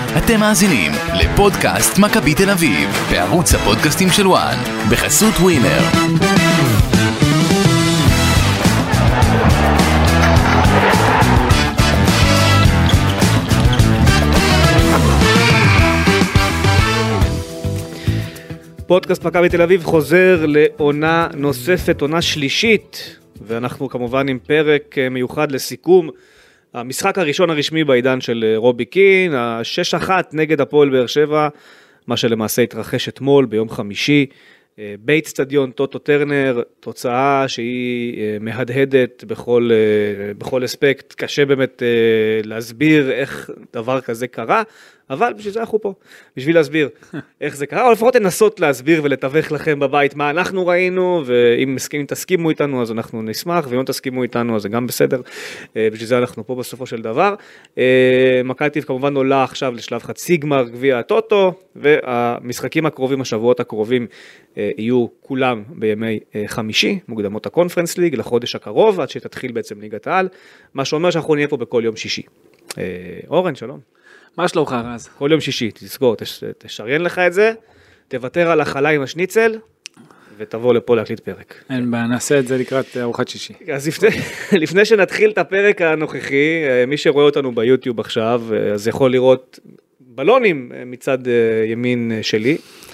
אתם מאזינים לפודקאסט מכבי תל אביב, בערוץ הפודקאסטים של וואן, בחסות ווינר. פודקאסט מכבי תל אביב חוזר לעונה נוספת, עונה שלישית, ואנחנו כמובן עם פרק מיוחד לסיכום המשחק הראשון הרשמי בעידן של רובי קין, ה-6-1 נגד הפועל באר שבע, מה שלמעשה התרחש אתמול ביום חמישי, בית סטדיון טוטו טרנר, תוצאה שהיא מהדהדת בכל אספקט, קשה באמת להסביר איך דבר כזה קרה, אבל בשביל זה אנחנו פה, בשביל להסביר איך זה קרה, או לפחות לנסות להסביר ולתווך לכם בבית מה אנחנו ראינו, ואם תסכימו איתנו אז אנחנו נשמח, ואם לא תסכימו איתנו אז זה גם בסדר, בשביל זה אנחנו פה בסופו של דבר. מכבי תל אביב כמובן עולה עכשיו לשלב חצי גמר גביע הטוטו, והמשחקים הקרובים, השבועות הקרובים, יהיו כולם בימי חמישי, מוקדמות הקונפרנס ליג, לחודש הקרוב, עד שתתחיל בעצם ליגת העל, מה שאומר שאנחנו נהיה פה בכל יום שישי. אורן, שלום. מה שלומך רז? כל יום שישי, תזכור, תשריין לך את זה, תוותר על החלה עם השניצל, ותבוא לפה להקליט פרק. אין בעיה, נעשה את זה לקראת ארוחת שישי. אז לפני שנתחיל את הפרק הנוכחי, מי שרואה אותנו ביוטיוב עכשיו, אז יכול לראות בלונים מצד ימין שלי.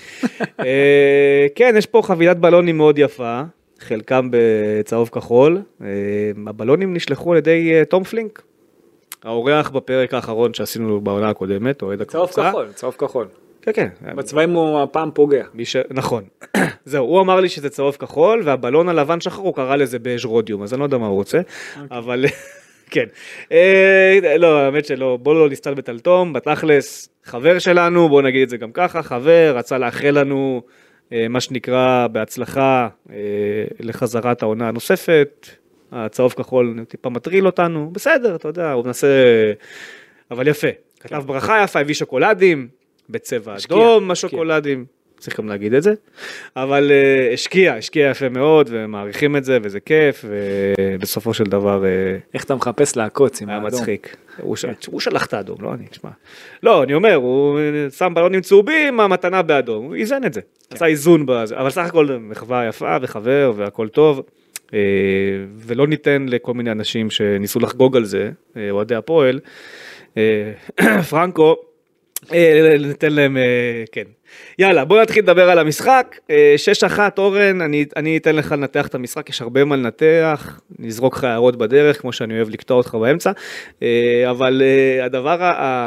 כן, יש פה חבילת בלונים מאוד יפה, חלקם בצהוב כחול. הבלונים נשלחו על ידי תום פלינק. האורח בפרק האחרון שעשינו בעונה הקודמת, אוהד הקבוצה. צהוב כחול, צהוב כחול. כן, כן. בצבעים הוא הפעם פוגע. נכון. זהו, הוא אמר לי שזה צהוב כחול, והבלון הלבן שחר הוא קרא לזה בז' רודיום, אז אני לא יודע מה הוא רוצה, אבל כן. לא, האמת שלא, בוא לא נסתלבט על תום, בתכלס, חבר שלנו, בוא נגיד את זה גם ככה, חבר, רצה לאחל לנו, מה שנקרא, בהצלחה, לחזרת העונה הנוספת, הצהוב כחול טיפה מטריל אותנו, בסדר, אתה יודע, הוא מנסה, אבל יפה, כתב ברכה יפה, הביא שוקולדים, בצבע אדום השוקולדים, צריך גם להגיד את זה, אבל השקיע יפה מאוד, ומעריכים את זה, וזה כיף, ובסופו של דבר... איך אתה מחפש לעקוץ עם האדום? היה מצחיק, הוא שלח את האדום, לא אני, תשמע. לא, אני אומר, הוא שם בלונים צהובים, המתנה באדום, הוא איזן את זה, עשה איזון בזה, אבל סך הכל מחווה יפה וחבר, והכל טוב, ולא ניתן לכל מיני אנשים שניסו לחגוג על זה, אוהדי הפועל, פרנקו, ניתן להם, כן. יאללה, בוא נתחיל לדבר על המשחק. 6-1, אורן, אני אתן לך לנתח את המשחק, יש הרבה מה לנתח, נזרוק לך הערות בדרך, כמו שאני אוהב לקטוע אותך באמצע, אבל הדבר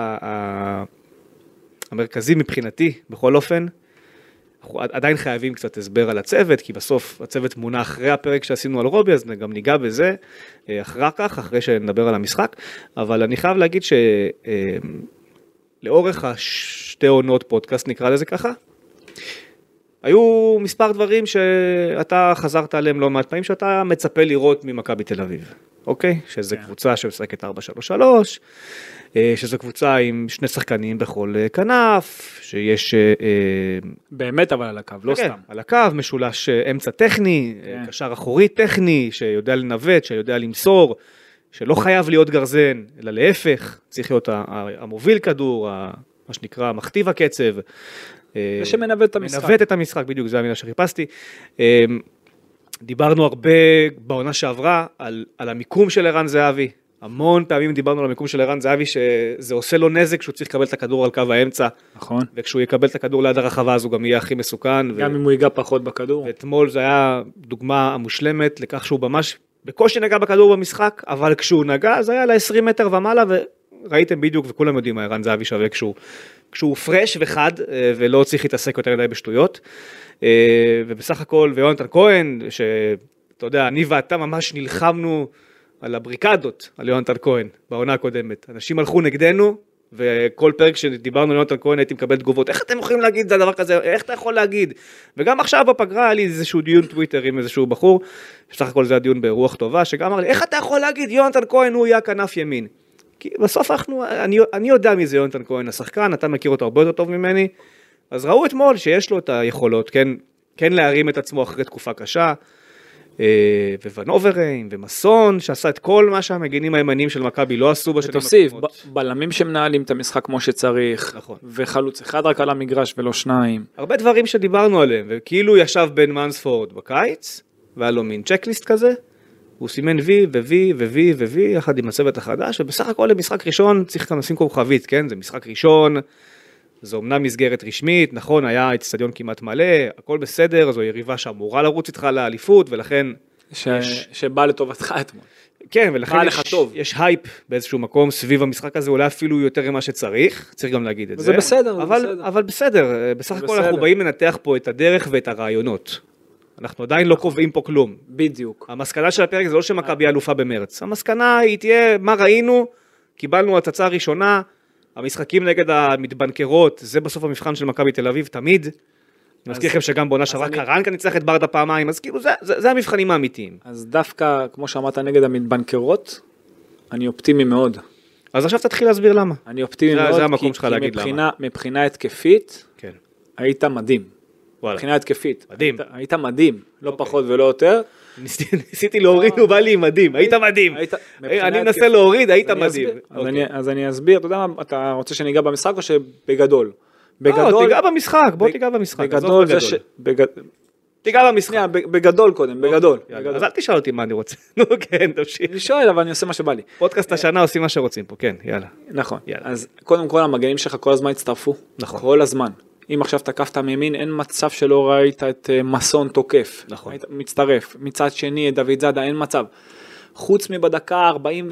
המרכזי מבחינתי, בכל אופן, אנחנו עדיין חייבים קצת הסבר על הצוות, כי בסוף הצוות מונה אחרי הפרק שעשינו על רובי, אז גם ניגע בזה אחר כך, אחרי שנדבר על המשחק, אבל אני חייב להגיד לאורך השתי עונות פודקאסט, נקרא לזה ככה, היו מספר דברים שאתה חזרת עליהם לא מעט פעמים, שאתה מצפה לראות ממכבי תל אביב, אוקיי? שזה קבוצה שמשחקת 4-3-3, שזו קבוצה עם שני שחקנים בכל כנף, שיש... באמת אבל על הקו, לא סתם. על הקו, משולש אמצע טכני, קשר אחורי טכני, שיודע לנווט, שיודע למסור, שלא חייב להיות גרזן, אלא להפך, צריך להיות המוביל כדור, מה שנקרא מכתיב הקצב. ושמנווט את המשחק. מנווט את המשחק, בדיוק, זה המילה שחיפשתי. דיברנו הרבה בעונה שעברה על המיקום של ערן זהבי, המון פעמים דיברנו על המיקום של ערן זהבי, שזה עושה לו נזק שהוא צריך לקבל את הכדור על קו האמצע. נכון. וכשהוא יקבל את הכדור ליד הרחבה, אז הוא גם יהיה הכי מסוכן. גם אם הוא ייגע פחות בכדור. ואתמול זה היה דוגמה המושלמת לכך שהוא ממש בקושי נגע בכדור במשחק, אבל כשהוא נגע, זה היה ל-20 מטר ומעלה, וראיתם בדיוק, וכולם יודעים מה ערן זהבי שווה כשהוא פרש וחד, ולא צריך להתעסק יותר מדי בשטויות. ובסך הכל, ויונתן כהן, שאתה יודע, אני ואתה ממש נלחמנו על הבריקדות, על יונתן כהן, בעונה הקודמת. אנשים הלכו נגדנו, וכל פרק שדיברנו על יונתן כהן, הייתי מקבל תגובות, איך אתם יכולים להגיד זה דבר כזה, איך אתה יכול להגיד? וגם עכשיו בפגרה היה לי איזשהו דיון טוויטר עם איזשהו בחור, בסך הכל זה הדיון ברוח טובה, שגם אמר לי, איך אתה יכול להגיד, יונתן כהן הוא יהיה כנף ימין? כי בסוף אני יודע מי זה יונתן כהן, השחקן, אתה מכיר אותו הרבה יותר טוב ממני, אז ראו אתמול שיש לו את היכולות, כן להרים את עצמו אחרי תקופה קשה, וונוברין, ומסון, שעשה את כל מה שהמגנים הימנים של מכבי לא עשו בשנים ותוסיף, בלמים שמנהלים את המשחק כמו שצריך, נכון. וחלוץ אחד רק על המגרש ולא שניים. הרבה דברים שדיברנו עליהם, וכאילו ישב בן מנספורד בקיץ, והיה לו מין צ'קליסט כזה, הוא סימן וי ווי וווי וווי, יחד עם הצוות החדש, ובסך הכל למשחק ראשון צריך גם לשים כוכבית, כן? זה משחק ראשון, זו אומנם מסגרת רשמית, נכון, היה אצטדיון כמעט מלא, הכל בסדר, זו יריבה שאמורה לרוץ איתך לאליפות, ולכן... שבא לטובתך אתמול. כן, ולכן יש הייפ באיזשהו מקום סביב המשחק הזה, אולי אפילו יותר ממה שצריך, צריך גם להגיד את זה. זה בסדר, אבל בסדר, בסך הכל אנחנו באים לנתח פה את הדרך ואת הרעיונות. אנחנו עדיין לא קובעים פה כלום. בדיוק. המסקנה של הפרק זה לא שמכבי אלופה במרץ. המסקנה היא תהיה מה ראינו, קיבלנו הצצה ראשונה, המשחקים נגד המתבנקרות, זה בסוף המבחן של מכבי תל אביב תמיד. אני מזכיר לכם שגם בעונה שעברה קרנקה ניצח את ברדה פעמיים, אז כאילו זה המבחנים האמיתיים. אז דווקא, כמו שאמרת נגד המתבנקרות, אני אופטימי מאוד. אז עכשיו תתחיל להסביר למה. אני אופטימי מאוד, זה המקום שלך להגיד למה. מבחינה התקפית, כן. היית מדהים. מבחינה התקפית. מדהים. היית מדהים, לא פחות ולא יותר. ניסיתי להוריד, הוא בא לי מדהים, היית מדהים. אני מנסה להוריד, היית מדהים. אז אני אסביר, אתה יודע מה, אתה רוצה שניגע במשחק או שבגדול? תיגע במשחק, בוא תיגע במשחק. בגדול זה תיגע במשחק. בגדול קודם, בגדול. אז אל תשאל אותי מה אני רוצה. נו כן, תמשיך. אני שואל, אבל אני עושה מה שבא לי. פודקאסט השנה עושים מה שרוצים פה, כן, יאללה. נכון. אז קודם כל המגנים שלך כל הזמן הצטרפו. נכון. כל הזמן. אם עכשיו תקפת מימין, אין מצב שלא ראית את מסון תוקף. נכון. מצטרף. מצד שני, את דוד זאדה, אין מצב. חוץ מבדקה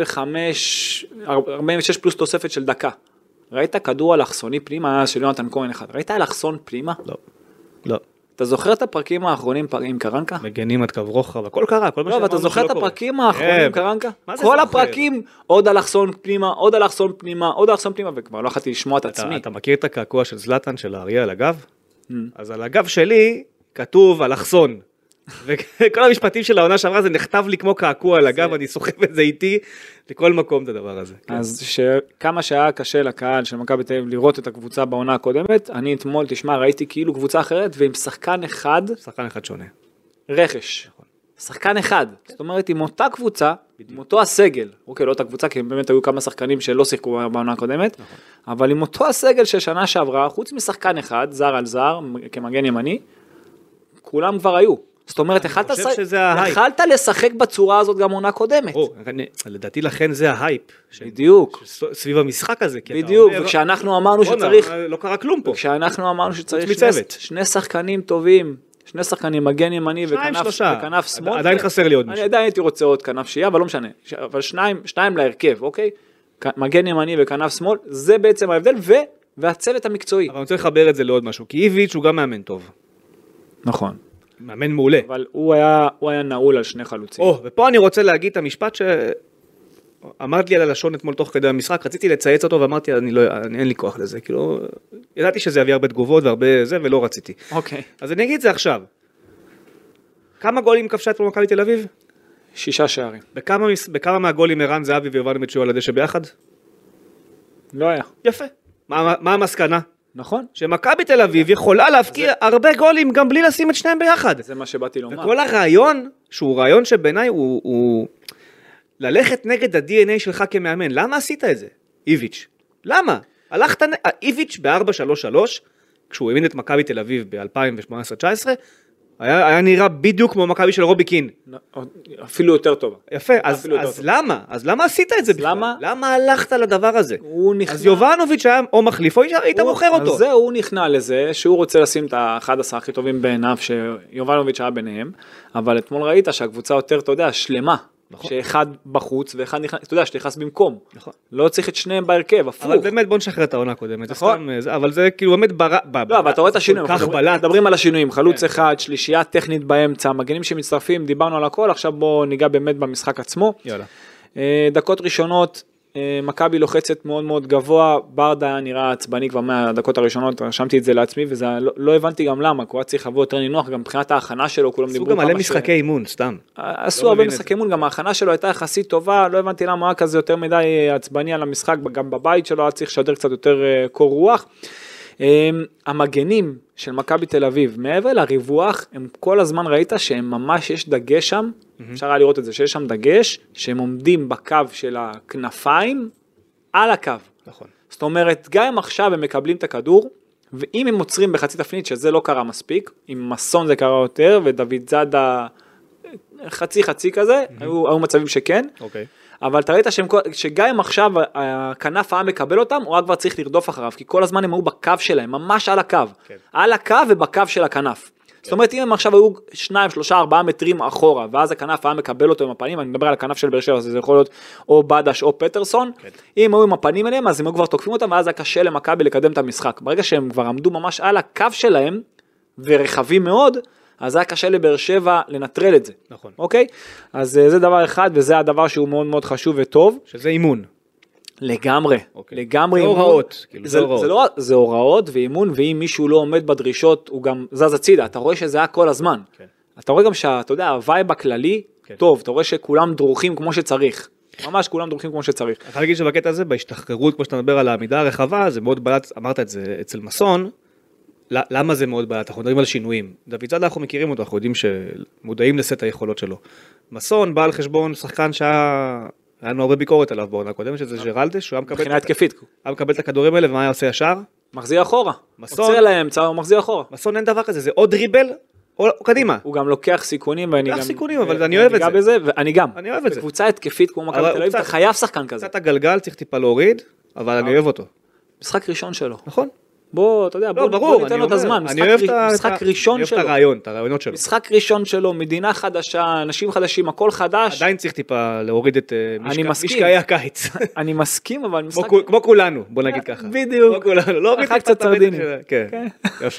46 פלוס תוספת של דקה. ראית כדור אלכסוני פנימה של יונתן כהן אחד? ראית אלכסון פנימה? לא. לא. אתה זוכר את הפרקים האחרונים עם קרנקה? מגנים עד קו רוחב, הכל קרה, כל מה שאמרנו שלא קורה. לא, ואתה זוכר את הפרקים האחרונים עם קרנקה? כל הפרקים, עוד אלכסון פנימה, עוד אלכסון פנימה, עוד אלכסון פנימה, וכבר לא יכולתי לשמוע את עצמי. אתה מכיר את הקעקוע של זלטן, של האריה על הגב? אז על הגב שלי כתוב אלכסון. וכל המשפטים של העונה שעברה זה נכתב לי כמו קעקוע על הגב, אני סוחב את זה איתי לכל מקום את הדבר הזה. אז כמה שהיה קשה לקהל של מכבי תל אביב לראות את הקבוצה בעונה הקודמת, אני אתמול, תשמע, ראיתי כאילו קבוצה אחרת, ועם שחקן אחד שונה. רכש. שחקן אחד. זאת אומרת, עם אותה קבוצה, עם אותו הסגל, אוקיי, לא אותה קבוצה, כי באמת היו כמה שחקנים שלא שיחקו בעונה הקודמת, אבל עם אותו הסגל של שנה שעברה, חוץ משחקן אחד, זר על זר, כמגן ימני, כולם כבר היו. זאת אומרת, יכלת לשחק בצורה הזאת גם עונה קודמת. לדעתי לכן זה ההייפ. בדיוק. סביב המשחק הזה. בדיוק, וכשאנחנו אמרנו שצריך... לא קרה כלום פה. כשאנחנו אמרנו שצריך שני שחקנים טובים, שני שחקנים, מגן ימני וכנף שמאל. עדיין חסר לי עוד מישהו. אני עדיין הייתי רוצה עוד כנף שיהיה, אבל לא משנה. אבל שניים להרכב, אוקיי? מגן ימני וכנף שמאל, זה בעצם ההבדל, והצוות המקצועי. אבל אני רוצה לחבר את זה לעוד משהו, כי איביץ' הוא גם מאמן טוב. נכון. מאמן מעולה. אבל הוא היה נעול על שני חלוצים. ופה אני רוצה להגיד את המשפט שאמרת לי על הלשון אתמול תוך כדי המשחק, רציתי לצייץ אותו ואמרתי, אין לי כוח לזה, כאילו, ידעתי שזה יביא הרבה תגובות והרבה זה, ולא רציתי. אוקיי. אז אני אגיד את זה עכשיו. כמה גולים כבשה אתמול מכבי תל אביב? 6 שערים. בכמה מהגולים ערן זהבי ויובל מצ'ו על הדשא ביחד? לא היה. יפה. מה המסקנה? נכון. שמכבי תל אביב יכולה להפקיע הרבה גולים גם בלי לשים את שניהם ביחד. זה מה שבאתי לומר. וכל הרעיון, שהוא רעיון שבעיניי הוא ללכת נגד ה-DNA שלך כמאמן. למה עשית את זה, איביץ'? למה? הלכת, איביץ' ב-4-3-3, כשהוא האמין את מכבי תל אביב ב-2018-19, היה נראה בדיוק כמו מכבי של רובי קין. אפילו יותר טובה. יפה, אז למה? אז למה עשית את זה בכלל? למה הלכת לדבר הזה? אז יובנוביץ' היה או מחליף או היית מוכר אותו. אז זהו, הוא נכנע לזה, שהוא רוצה לשים את ה-11 הכי טובים בעיניו, שיובנוביץ' היה ביניהם, אבל אתמול ראית שהקבוצה יותר, אתה יודע, שלמה. שאחד בחוץ ואחד נכנס, אתה יודע, שתכנס במקום. לא צריך את שניהם בהרכב, הפוך. אבל באמת בוא נשחרר את העונה הקודמת. אבל זה כאילו באמת לא, אבל אתה רואה את השינויים. מדברים על השינויים. חלוץ אחד, שלישייה טכנית באמצע, מגנים שמצטרפים, דיברנו על הכל, עכשיו בוא ניגע באמת במשחק עצמו. יאללה. דקות ראשונות, מכבי לוחצת מאוד מאוד גבוה, ברדה נראה עצבני כבר מהדקות הראשונות, רשמתי את זה לעצמי, וזה לא הבנתי גם למה, הוא היה צריך לבוא יותר נינוח, גם מבחינת ההכנה שלו, כולם דיברו עשו גם מלא משחקי אימון, סתם. עשו הרבה משחקי אימון, גם ההכנה שלו הייתה יחסית טובה, לא הבנתי למה הוא היה כזה יותר מדי עצבני על המשחק, גם בבית שלו היה צריך לשדר קצת יותר קור רוח. המגנים של מכבי תל אביב, מעבר לריווח, הם כל הזמן ראית שהם ממש יש דגש שם, אפשר היה לראות את זה, שיש שם דגש, שהם עומדים בקו של הכנפיים, על הקו. נכון. זאת אומרת, גם אם עכשיו הם מקבלים את הכדור, ואם הם עוצרים בחצי תפנית, שזה לא קרה מספיק, עם מסון זה קרה יותר, ודוד זאדה חצי כזה, היו מצבים שכן, אבל אתה ראית שגם אם עכשיו הכנף היה מקבל אותם, הוא כבר צריך לרדוף אחריו, כי כל הזמן הם היו בקו שלהם, ממש על הקו, על הקו ובקו של הכנף. זאת אומרת, אם הם עכשיו היו 2, 3, 4 מטרים אחורה, ואז הכנף היה מקבל אותו עם הפנים, אני מדבר על הכנף של באר שבע, זה יכול להיות או בדש או פטרסון, אם היו עם הפנים אליהם, אז הם היו כבר תוקפים אותם, ואז היה קשה למכבי לקדם את המשחק. ברגע שהם כבר עמדו ממש על הקו שלהם, ורחבים מאוד, אז היה קשה לבאר שבע לנטרל את זה. נכון. אוקיי? אז זה דבר אחד, וזה הדבר שהוא מאוד מאוד חשוב וטוב. שזה אימון. לגמרי, לגמרי. זה הוראות, כאילו זה הוראות. זה הוראות ואימון, ואם מישהו לא עומד בדרישות, הוא גם זז הצידה, אתה רואה שזה היה כל הזמן. אתה רואה גם שאתה יודע, הווייב הכללי, טוב, אתה רואה שכולם דרוכים כמו שצריך. ממש כולם דרוכים כמו שצריך. אני להגיד שבקטע הזה, בהשתחררות, כמו שאתה מדבר על העמידה הרחבה, זה מאוד בלט, אמרת את זה אצל מסון, למה זה מאוד בלט? אנחנו מדברים על שינויים. דוד זאדה אנחנו מכירים אותו, אנחנו יודעים שמודעים לסט היכולות שלו. מסון בא על חשבון שחקן היה לנו הרבה ביקורת עליו בעונה הקודמת, שזה ג'רלדש, שהוא היה מקבל את הכדורים האלה, ומה היה עושה ישר? מחזיר אחורה. עוצר לאמצע, הוא מחזיר אחורה. מסון אין דבר כזה, זה או דריבל, או קדימה. הוא גם לוקח סיכונים, לוקח סיכונים, אבל אני אוהב את זה. ואני גם. אני אוהב את זה. בקבוצה התקפית כמו מכבי תל אביב, אתה חייב שחקן כזה. קצת הגלגל, צריך טיפה להוריד, אבל אני אוהב אותו. משחק ראשון שלו. נכון. בוא, אתה יודע, בוא ניתן לו את הזמן. משחק ראשון שלו. אני אוהב את הרעיונות שלו. משחק ראשון שלו, מדינה חדשה, אנשים חדשים, הכל חדש. עדיין צריך טיפה להוריד את משקעי הקיץ. אני מסכים, אבל משחק... כמו כולנו, בוא נגיד ככה. בדיוק. כמו כולנו, לא אחר קצת סרדיני. כן, יפה.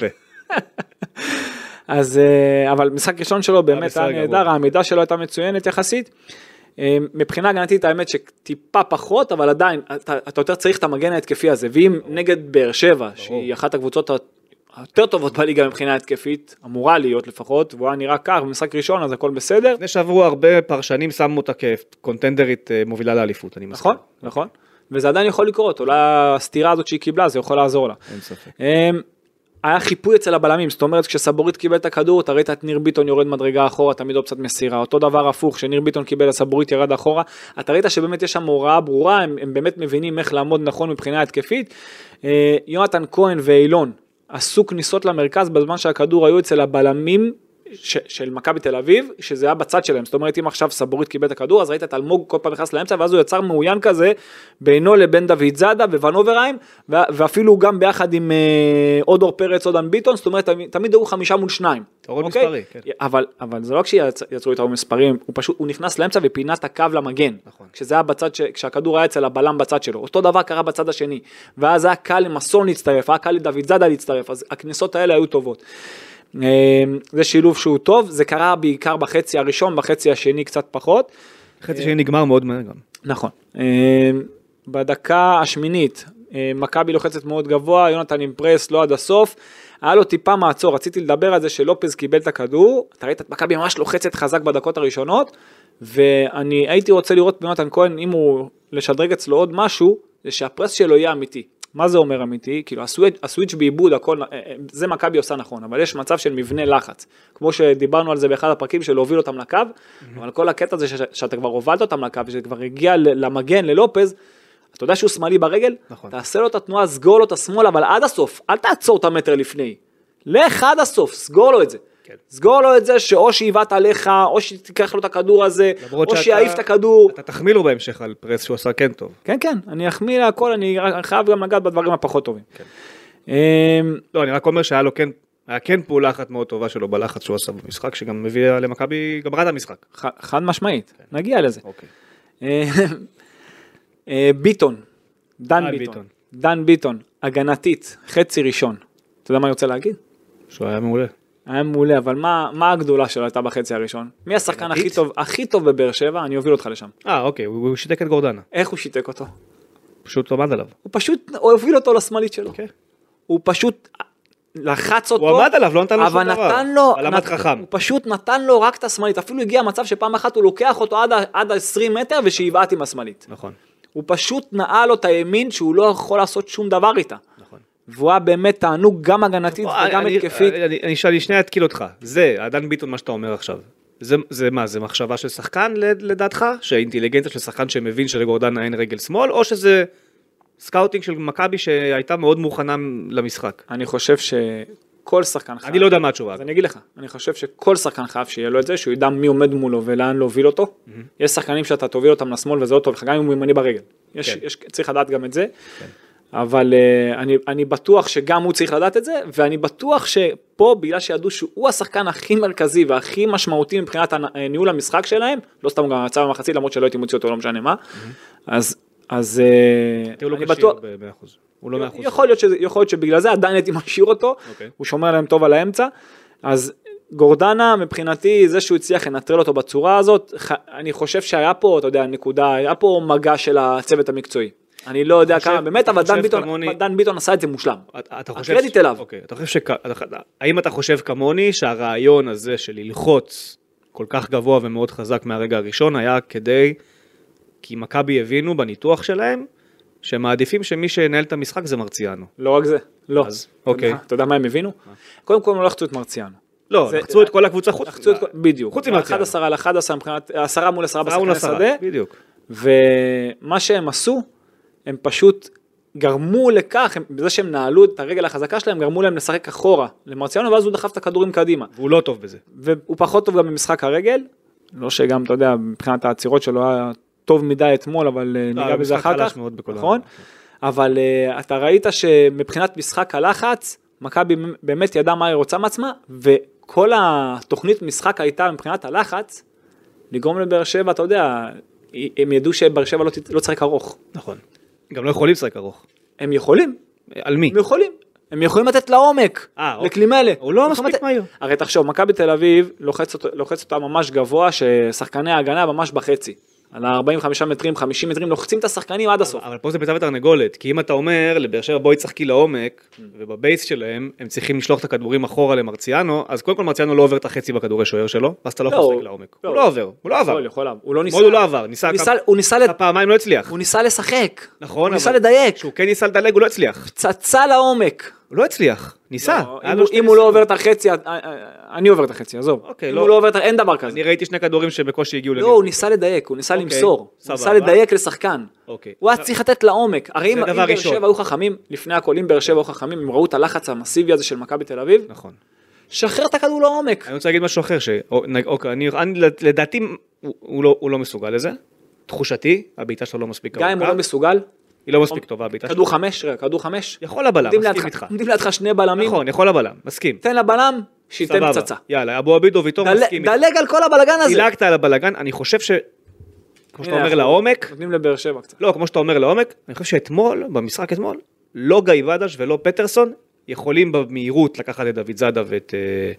אז, אבל משחק ראשון שלו באמת היה נהדר, העמידה שלו הייתה מצוינת יחסית. מבחינה הגנתית האמת שטיפה פחות, אבל עדיין אתה יותר צריך את המגן ההתקפי הזה, ואם נגד באר שבע, שהיא אחת הקבוצות היותר טובות בליגה מבחינה התקפית, אמורה להיות לפחות, והוא היה נראה כך, במשחק ראשון אז הכל בסדר. לפני שעברו הרבה פרשנים שמו אותה כקונטנדרית מובילה לאליפות, אני מסכים. נכון, נכון, וזה עדיין יכול לקרות, אולי הסתירה הזאת שהיא קיבלה, זה יכול לעזור לה. אין ספק. היה חיפוי אצל הבלמים, זאת אומרת כשסבורית קיבל את הכדור, אתה ראית את ניר ביטון יורד מדרגה אחורה, תמיד אופצת מסירה, אותו דבר הפוך, שניר ביטון קיבל, הסבורית ירד אחורה, אתה ראית שבאמת יש שם הוראה ברורה, הם באמת מבינים איך לעמוד נכון מבחינה התקפית, יונתן כהן ואילון עשו כניסות למרכז בזמן שהכדור היו אצל הבלמים של מכבי תל אביב, שזה היה בצד שלהם, זאת אומרת אם עכשיו סבורית קיבל את הכדור, אז ראית את אלמוג כל פעם נכנס לאמצע, ואז הוא יצר מעוין כזה, בינו לבין דוד זאדה וונוברהיים, ואפילו גם ביחד עם אודור פרץ, אודן ביטון, זאת אומרת תמיד היו 5 מול 2. יתרון מספרי, כן. אבל זה לא כשיצרו יתרון מספרים, הוא נכנס לאמצע ופינה את הקו למגן, כשזה היה בצד, כשהכדור היה אצל הבלם בצד שלו, אותו דבר קרה בצד השני, ואז היה קל למסון להצטרף, היה קל לדוד זאדה להצטרף, אז הכניסות האלה היו טובות. זה שילוב שהוא טוב, זה קרה בעיקר בחצי הראשון, בחצי השני קצת פחות. בחצי השני נגמר מאוד מהר גם. נכון. בדקה השמינית, מכבי לוחצת מאוד גבוה, יונתן עם פרס לא עד הסוף, היה לו טיפה מעצור, רציתי לדבר על זה שלופז קיבל את הכדור, אתה ראית את מכבי ממש לוחצת חזק בדקות הראשונות, ואני הייתי רוצה לראות ביונתן כהן, אם הוא לשדרג אצלו עוד משהו, זה שהפרס שלו יהיה אמיתי. מה זה אומר אמיתי? כאילו הסוויץ' בעיבוד, הכל, זה מכבי עושה נכון, אבל יש מצב של מבנה לחץ, כמו שדיברנו על זה באחד הפרקים של להוביל אותם לקו, אבל כל הקטע זה שאתה כבר הובלת אותם לקו, ושאתה כבר הגיע למגן ללופז, אתה יודע שהוא שמאלי ברגל, תעשה לו את התנועה, סגור לו את השמאל, אבל עד הסוף, אל תעצור את המטר לפני, לך עד הסוף, סגור לו את זה. סגור לו את זה שאו שיבט עליך, או שתיקח לו את הכדור הזה, או שיעיף את הכדור. אתה תחמיא לו בהמשך על פרס שהוא עשה כן טוב. כן, כן, אני אחמיא להכל, אני חייב גם לגעת בדברים הפחות טובים. לא, אני רק אומר שהיה לו כן פעולה אחת מאוד טובה שלו בלחץ שהוא עשה במשחק, שגם מביא למכבי, גם ראה את המשחק. חד משמעית, נגיע לזה. ביטון, דן ביטון, הגנתית, חצי ראשון. אתה יודע מה אני רוצה להגיד? שהוא היה מעולה. היה מעולה, אבל מה הגדולה שלו הייתה בחצי הראשון? מי השחקן הכי טוב בבאר שבע? אני אוביל אותך לשם. אוקיי, הוא שיתק את גורדנה. איך הוא שיתק אותו? פשוט עמד עליו. הוא פשוט הוביל אותו לשמאלית שלו. הוא פשוט לחץ אותו. הוא עמד עליו, לא נתן לו שום דבר. אבל עמד חכם. הוא פשוט נתן לו רק את השמאלית. אפילו הגיע מצב שפעם אחת הוא לוקח אותו עד 20 מטר ושיבעט עם השמאלית. נכון. הוא פשוט נעל לו את הימין שהוא לא יכול לעשות שום דבר איתה. נכון. והוא היה באמת תענוג גם הגנתית וגם התקפית. אני שנייה אתקיל אותך, זה, עדן ביטון מה שאתה אומר עכשיו, זה מה, זה מחשבה של שחקן לדעתך? שהאינטליגנציה של שחקן שמבין שלגורדנה אין רגל שמאל, או שזה סקאוטינג של מכבי שהייתה מאוד מוכנה למשחק? אני חושב שכל שחקן חייב. אני לא יודע מה התשובה. אז אני אגיד לך, אני חושב שכל שחקן חייב שיהיה לו את זה, שהוא ידע מי עומד מולו ולאן להוביל אותו. יש שחקנים שאתה תוביל אותם לשמאל וזה לא טוב, גם אם הוא ימני ברגל. צריך לדעת גם את זה. אבל אני בטוח שגם הוא צריך לדעת את זה, ואני בטוח שפה, בגלל שידעו שהוא השחקן הכי מרכזי והכי משמעותי מבחינת ניהול המשחק שלהם, לא סתם גם יצא במחצית, למרות שלא הייתי מוציא אותו, לא משנה מה, אז אני בטוח, הוא לא 100%. יכול להיות שבגלל זה עדיין הייתי משאיר אותו, הוא שומר להם טוב על האמצע, אז גורדנה מבחינתי, זה שהוא הצליח לנטרל אותו בצורה הזאת, אני חושב שהיה פה, אתה יודע, נקודה, היה פה מגע של הצוות המקצועי. אני לא יודע כמה, באמת, אבל דן ביטון עשה את זה מושלם. הקרדיט אליו. האם אתה חושב כמוני שהרעיון הזה של ללחוץ כל כך גבוה ומאוד חזק מהרגע הראשון היה כי מכבי הבינו בניתוח שלהם שמעדיפים שמי שינהל את המשחק זה מרציאנו? לא רק זה, לא. אוקיי. אתה יודע מה הם הבינו? קודם כל הם לא לחצו את מרציאנו. לא, לחצו את כל הקבוצה חוץ. בדיוק. חוץ ממרציאנו. 11 על 11 מבחינת 10 מול 10 בשחקני שדה. בדיוק. ומה שהם עשו, הם פשוט גרמו לכך, בזה שהם נעלו את הרגל החזקה שלהם, גרמו להם לשחק אחורה למרציאנו, ואז הוא דחף את הכדורים קדימה. והוא לא טוב בזה. והוא פחות טוב גם במשחק הרגל, לא שגם, אתה יודע, מבחינת העצירות שלו היה טוב מדי אתמול, אבל ניגע בזה אחר כך, נכון? אבל אתה ראית שמבחינת משחק הלחץ, מכבי באמת ידע מה היא רוצה מעצמה, וכל התוכנית משחק הייתה מבחינת הלחץ, לגרום לבאר שבע, אתה יודע, הם ידעו שבאר שבע לא צריך ארוך. נכון. גם לא יכולים לשחק ארוך. הם יכולים. על מי? הם יכולים לתת לעומק, לקלימלה. הוא לא מספיק מהיר. הרי תחשוב, מכבי תל אביב לוחץ אותה ממש גבוה, ששחקני ההגנה ממש בחצי. על 45 מטרים, 50 מטרים, לוחצים את השחקנים עד הסוף. אבל פה זה ביצה ותרנגולת, כי אם אתה אומר לבאר שבע בואי תשחקי לעומק, ובבייס שלהם הם צריכים לשלוח את הכדורים אחורה למרציאנו, אז קודם כל מרציאנו לא עובר את החצי בכדורי שוער שלו, אז אתה לא יכול לשחק לעומק. הוא לא עובר, הוא לא עבר. הוא לא ניסה. הוא לא עבר, הוא ניסה פעמיים לא הצליח. הוא ניסה לשחק. נכון, הוא ניסה לדייק. כשהוא כן ניסה לדלג הוא לא הצליח. פצצה לעומק. הוא לא הצליח, ניסה. אם הוא לא עובר את החצי, אני עובר את החצי, עזוב. אם הוא לא עובר את החצי, אין דבר כזה. אני ראיתי שני כדורים שבקושי הגיעו לא, הוא ניסה לדייק, הוא ניסה למסור. הוא ניסה לדייק לשחקן. הוא היה צריך לתת לעומק. הרי אם באר שבע היו חכמים, לפני הכל, אם באר שבע היו חכמים, הם ראו את הלחץ המסיבי הזה של מכבי תל אביב. נכון. שחרר את הכדור לעומק. אני רוצה להגיד משהו אחר, לדעתי הוא לא מסוגל לזה. תחושתי, הבעיטה שלו לא מספיק גם אם הוא לא מסוגל, היא לא מספיק טובה, הבעיטה שלו. כדור 5. יכול לבלם, מסכים איתך. עומדים לידך שני בלמים. נכון, יכול לבלם, מסכים. תן לבלם, שייתן פצצה. יאללה, אבו עביד וויטור מסכים איתך. דלג על כל הבלגן הזה. דילגת על הבלגן, אני חושב כמו שאתה אומר לעומק. נותנים לבאר שבע קצת. לא, כמו שאתה אומר לעומק, אני חושב שאתמול, במשחק אתמול, לא גיא ודש ולא פטרסון, יכולים במהירות לקחת את דוד זאדה ואת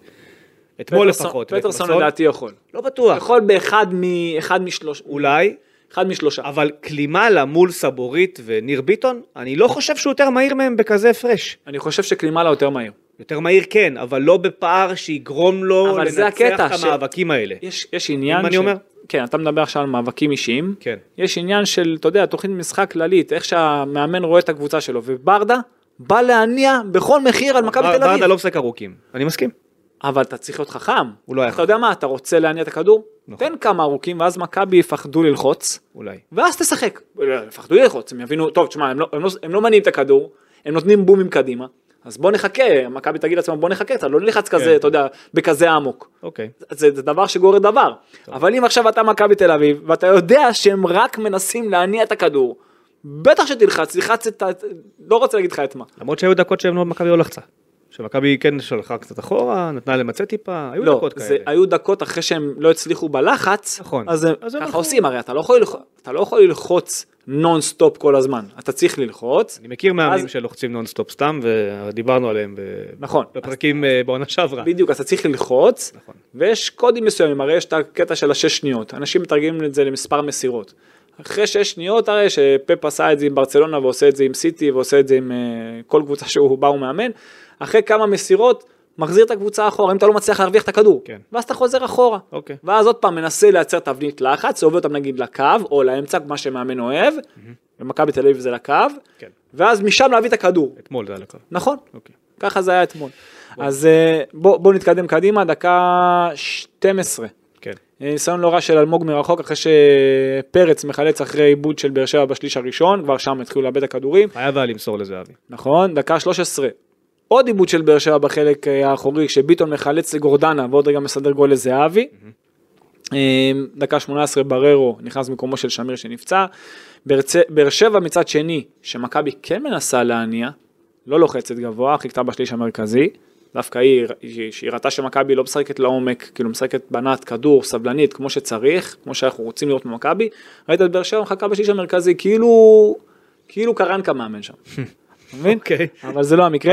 אתמול לפחות. פטרסון לדעתי יכול. לא בטוח. יכול באחד משלוש. אולי. אחד משלושה. אבל קלימלה מול סבורית וניר ביטון, אני לא חושב שהוא יותר מהיר מהם בכזה הפרש. אני חושב שקלימלה יותר מהיר. יותר מהיר כן, אבל לא בפער שיגרום לו לנצח את המאבקים האלה. יש עניין אני אומר? כן, אתה מדבר עכשיו על מאבקים אישיים. כן. יש עניין של, אתה יודע, תוכנית משחק כללית, איך שהמאמן רואה את הקבוצה שלו, וברדה בא להניע בכל מחיר על מכבי תל אביב. ברדה לא משחק ארוכים, אני מסכים. אבל אתה צריך להיות חכם. הוא לא היה אתה יודע מה, אתה רוצה להניע את הכדור? תן כמה ארוכים, ואז מכבי יפחדו ללחוץ. אולי. ואז תשחק. יפחדו ללחוץ, הם יבינו, טוב, תשמע, הם לא מניעים את הכדור, הם נותנים בומים קדימה, אז בוא נחכה, מכבי תגיד לעצמם, בוא נחכה, אתה לא נלחץ כזה, אתה יודע, בכזה עמוק. אוקיי. זה דבר שגורר דבר. אבל אם עכשיו אתה מכבי תל אביב, ואתה יודע שהם רק מנסים להניע את הכדור, בטח שתלחץ את לא רוצה להגיד לך את מה. למרות שהיו דקות שהם מכבי לא לחצה. שמכבי כן שלחה קצת אחורה, נתנה למצא טיפה, היו דקות כאלה. היו דקות אחרי שהם לא הצליחו בלחץ, נכון. אז ככה עושים, הרי אתה לא יכול ללחוץ נון-סטופ כל הזמן, אתה צריך ללחוץ. אני מכיר מאמנים שלוחצים נון-סטופ סתם, ודיברנו עליהם בפרקים בעונה שעברה. בדיוק, אתה צריך ללחוץ, ויש קודים מסוימים, הרי יש את הקטע של 6 שניות, אנשים מתרגמים את זה למספר מסירות. אחרי 6 שניות הרי שפפ עשה את זה עם ברצלונה, ועושה את זה עם סיטי, ועושה את זה עם כל קבוצה שהוא בא ומאמן, אחרי כמה מסירות, מחזיר את הקבוצה אחורה, אם אתה לא מצליח להרוויח את הכדור, כן. ואז אתה חוזר אחורה, ואז עוד פעם מנסה לייצר תבנית לחץ, עובר אותם נגיד לקו, או לאמצע, מה שמאמן אוהב, ומכבי תל אביב זה לקו, ואז משם להביא את הכדור. אתמול זה היה לקו. נכון, אוקיי. ככה זה היה אתמול. אז בואו נתקדם קדימה, דקה 12. כן. ניסיון לא רע של אלמוג מרחוק, אחרי שפרץ מחלץ אחרי עיבוד של באר שבע בשליש הראשון, כבר שם התחילו לאבד הכדורים. היה והיה למסור לזהבי. נכון, דקה 13. עוד עיבוד של באר שבע בחלק האחורי, שביטון מחלץ לגורדנה, ועוד רגע מסדר גול לזהבי. דקה 18 בררו, נכנס מקומו של שמיר שנפצע. באר שבע מצד שני, שמכבי כן מנסה להניע, לא לוחצת גבוה, חיכתה בשליש המרכזי. דווקא היא ראתה שמכבי לא משחקת לעומק, כאילו משחקת בנת, כדור, סבלנית, כמו שצריך, כמו שאנחנו רוצים לראות ממכבי. ראית את באר שבע מחכה בשליש המרכזי, כאילו קרנקה מאמן שם. מבין? אוקיי. אבל זה לא המקרה.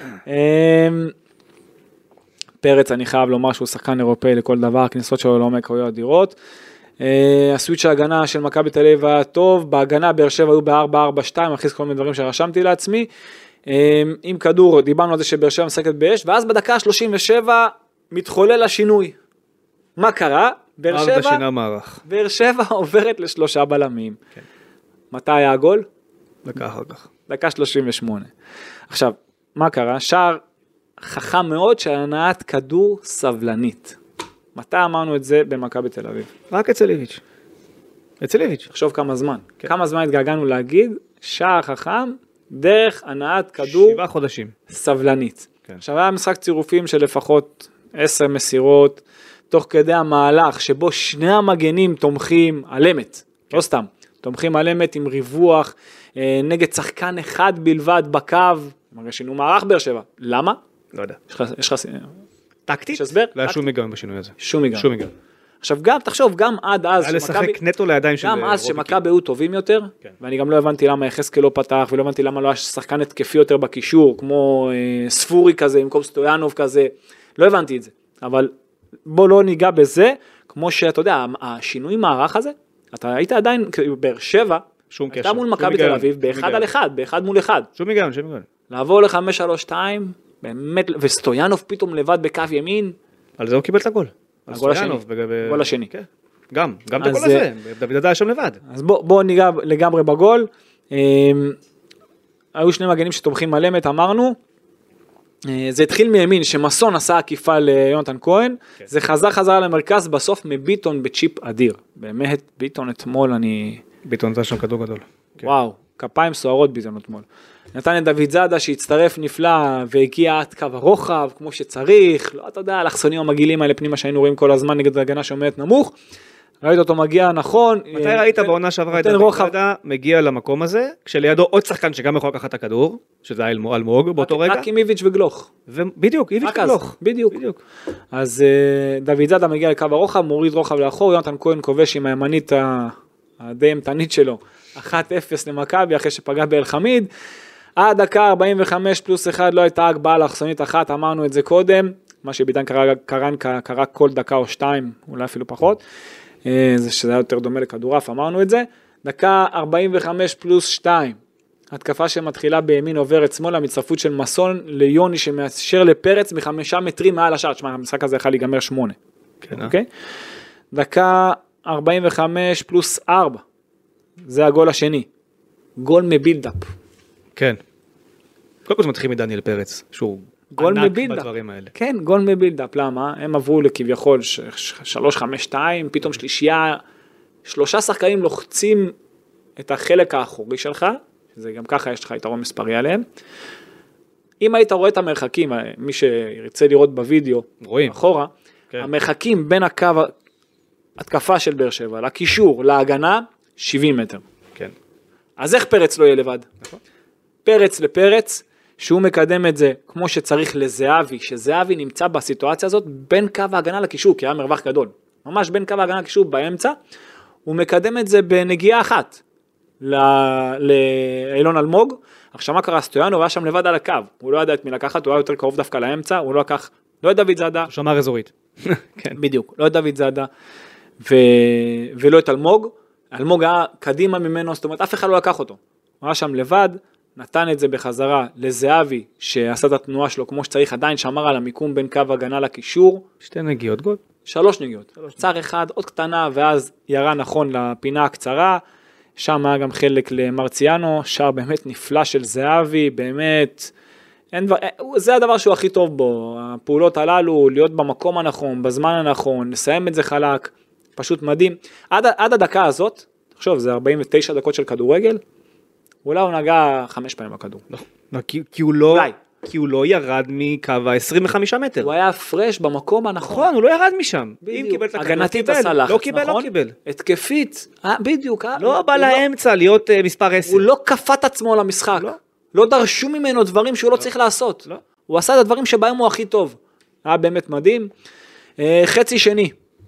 פרץ, אני חייב לומר שהוא שחקן אירופאי לכל דבר, הכניסות שלו לעומק היו אדירות. הסוויץ' ההגנה של מכבי תל אביב היה טוב, בהגנה באר שבע היו ב-4-4-2, מכניס כל מיני דברים שרשמתי לעצמי. עם כדור, דיברנו על זה שבאר שבע משחקת באש, ואז בדקה 37 מתחולל השינוי. מה קרה? באר שבע עוברת לשלושה בלמים. כן. מתי היה הגול? דקה אחר כך. דקה 38. עכשיו, מה קרה? שער חכם מאוד של הנעת כדור סבלנית. מתי אמרנו את זה במכבי תל אביב? רק אצל איביץ'. אצל איביץ'. תחשוב כמה זמן. כן. כמה זמן התגעגענו להגיד, שער חכם דרך הנעת כדור 7 חודשים. סבלנית. כן. עכשיו היה משחק צירופים של לפחות 10 מסירות, תוך כדי המהלך שבו שני המגנים תומכים על אמת, לא סתם, תומכים על אמת עם ריווח, נגד שחקן אחד בלבד בקו, מראה שינו מערך באר שבע. למה? לא יודע. יש לך טקטית? יש הסבר? לא היה שום היגיון בשינוי הזה. שום היגיון. שום היגיון. עכשיו גם, תחשוב, גם עד אז, היה לשחק נטו לידיים של גם אז רובי שמכבי היו טובים יותר, כן. ואני גם לא הבנתי למה יחזקאל לא פתח, ולא הבנתי למה לא היה שחקן התקפי יותר בקישור, כמו ספורי כזה, במקום סטויאנוב כזה, לא הבנתי את זה, אבל בוא לא ניגע בזה, כמו שאתה יודע, השינוי מערך הזה, אתה היית עדיין, באר שבע, שום קשר. הייתה מול מכבי תל אביב, באחד על אחד, באחד מול אחד. שום היגיון, שום היגיון. לעבור ל5-3-2, באמת, וסטויאנוב פתאום לבד בקו ימין. על זה הוא קיבל את הגול. הגול השני. הגול השני. גם את הגול הזה, דוד עדה שם לבד. אז בואו ניגע לגמרי בגול. היו שני מגנים שתומכים על אמת, אמרנו. זה התחיל מימין, שמסון עשה עקיפה ליונתן כהן, זה חזרה למרכז, בסוף מביטון בצ'יפ אדיר. באמת, ביטון אתמול ביטון זה שם כדור גדול. וואו, כפיים סוערות ביטון אתמול. נתן את דוד זאדה שהצטרף נפלא והגיע עד קו הרוחב כמו שצריך, לא אתה יודע, האלכסונים המגעילים האלה פנימה שהיינו רואים כל הזמן נגד הגנה שעומדת נמוך, ראית אותו מגיע נכון. מתי ראית בעונה שעברה את דוד זאדה מגיע למקום הזה, כשלידו עוד שחקן שגם יכול לקחת את הכדור, שזה היה אלמוג באותו רגע. רק עם איביץ' וגלוך. בדיוק, איביץ' וגלוך. בדיוק. אז דוד זאדה מגיע לקו הרוחב, מוריד רוחב לאחור, יונתן כהן כובש עם הימנית הדי אמתנית שלו, 1-0 למכבי אחרי שפגע באל חמיד. עד דקה 45 פלוס 1 לא הייתה הגבהה לאחסונית אחת, אמרנו את זה קודם, מה שביטן קרה כל דקה או 2, אולי אפילו פחות, זה שזה היה יותר דומה לכדורף, אמרנו את זה. דקה 45 פלוס 2, התקפה שמתחילה בימין עוברת שמאלה, מצטרפות של מסון ליוני שמאשר לפרץ מ5 מטרים מעל השאר, תשמע, המשחק הזה יכול להיגמר 8. כן, אוקיי? דקה 45 פלוס 4, זה הגול השני, גול מבילדאפ. כן. קודם כל זה מתחיל מדניאל פרץ, שהוא ענק בדברים האלה. כן, גול מבילדאפ, למה? הם עברו לכביכול 3-5-2, פתאום שלישייה, 3 שחקנים לוחצים את החלק האחורי שלך, זה גם ככה יש לך יתרון מספרי עליהם. אם היית רואה את המרחקים, מי שירצה לראות בווידאו, רואים. אחורה, כן. המרחקים בין הקו, התקפה של באר שבע, לקישור, להגנה, 70 מטר. כן. אז איך פרץ לא יהיה לבד? נכון. פרץ לפרץ, שהוא מקדם את זה כמו שצריך לזהבי, שזהבי נמצא בסיטואציה הזאת בין קו ההגנה לקישור, כי היה מרווח גדול. ממש בין קו ההגנה לקישור באמצע, הוא מקדם את זה בנגיעה אחת לאילון אלמוג. עכשיו מה קרה? סטויאנוב היה שם לבד על הקו, הוא לא ידע את מי לקחת, הוא היה יותר קרוב דווקא לאמצע, הוא לא לקח, לא את דוד זאדה. שמר אזורית. כן. בדיוק, לא את דוד זאדה ולא את אלמוג. אלמוג היה קדימה ממנו, זאת אומרת אף אחד לא לקח אותו. הוא היה שם לבד, נתן את זה בחזרה לזהבי, שעשה את התנועה שלו כמו שצריך, עדיין שמר על המיקום בין קו הגנה לקישור. 2 נגיעות, גול. 3 נגיעות. צער אחד, עוד קטנה, ואז ירה נכון לפינה הקצרה. שם היה גם חלק למרציאנו, שער באמת נפלא של זהבי, באמת, זה הדבר שהוא הכי טוב בו, הפעולות הללו, להיות במקום הנכון, בזמן הנכון, לסיים את זה חלק, פשוט מדהים. עד הדקה הזאת, תחשוב, זה 49 דקות של כדורגל, אולי הוא נגע 5 פעמים בכדור. כי הוא לא ירד מקו ה-25 מטר. הוא היה פרש במקום הנכון. נכון, הוא לא ירד משם. הגנתית עשה לחץ, לא קיבל, לא קיבל. התקפית, בדיוק. לא בא לאמצע להיות מספר 10. הוא לא כפת עצמו למשחק. לא דרשו ממנו דברים שהוא לא צריך לעשות. הוא עשה את הדברים שבהם הוא הכי טוב. היה באמת מדהים. חצי שני.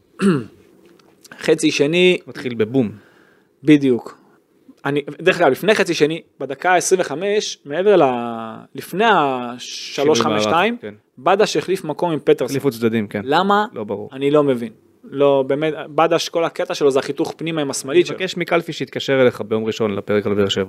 חצי שני. מתחיל בבום. בדיוק. דרך אגב, לפני חצי שני, בדקה 25, מעבר לפני ה-3-5-2, בדש החליף מקום עם פטרסון. החליפו צדדים, כן. למה? לא ברור. אני לא מבין. לא, באמת, בדש, כל הקטע שלו זה החיתוך פנימה עם השמאלית שלו. אני מבקש מקלפי שיתקשר אליך ביום ראשון לפרק על באר שבע.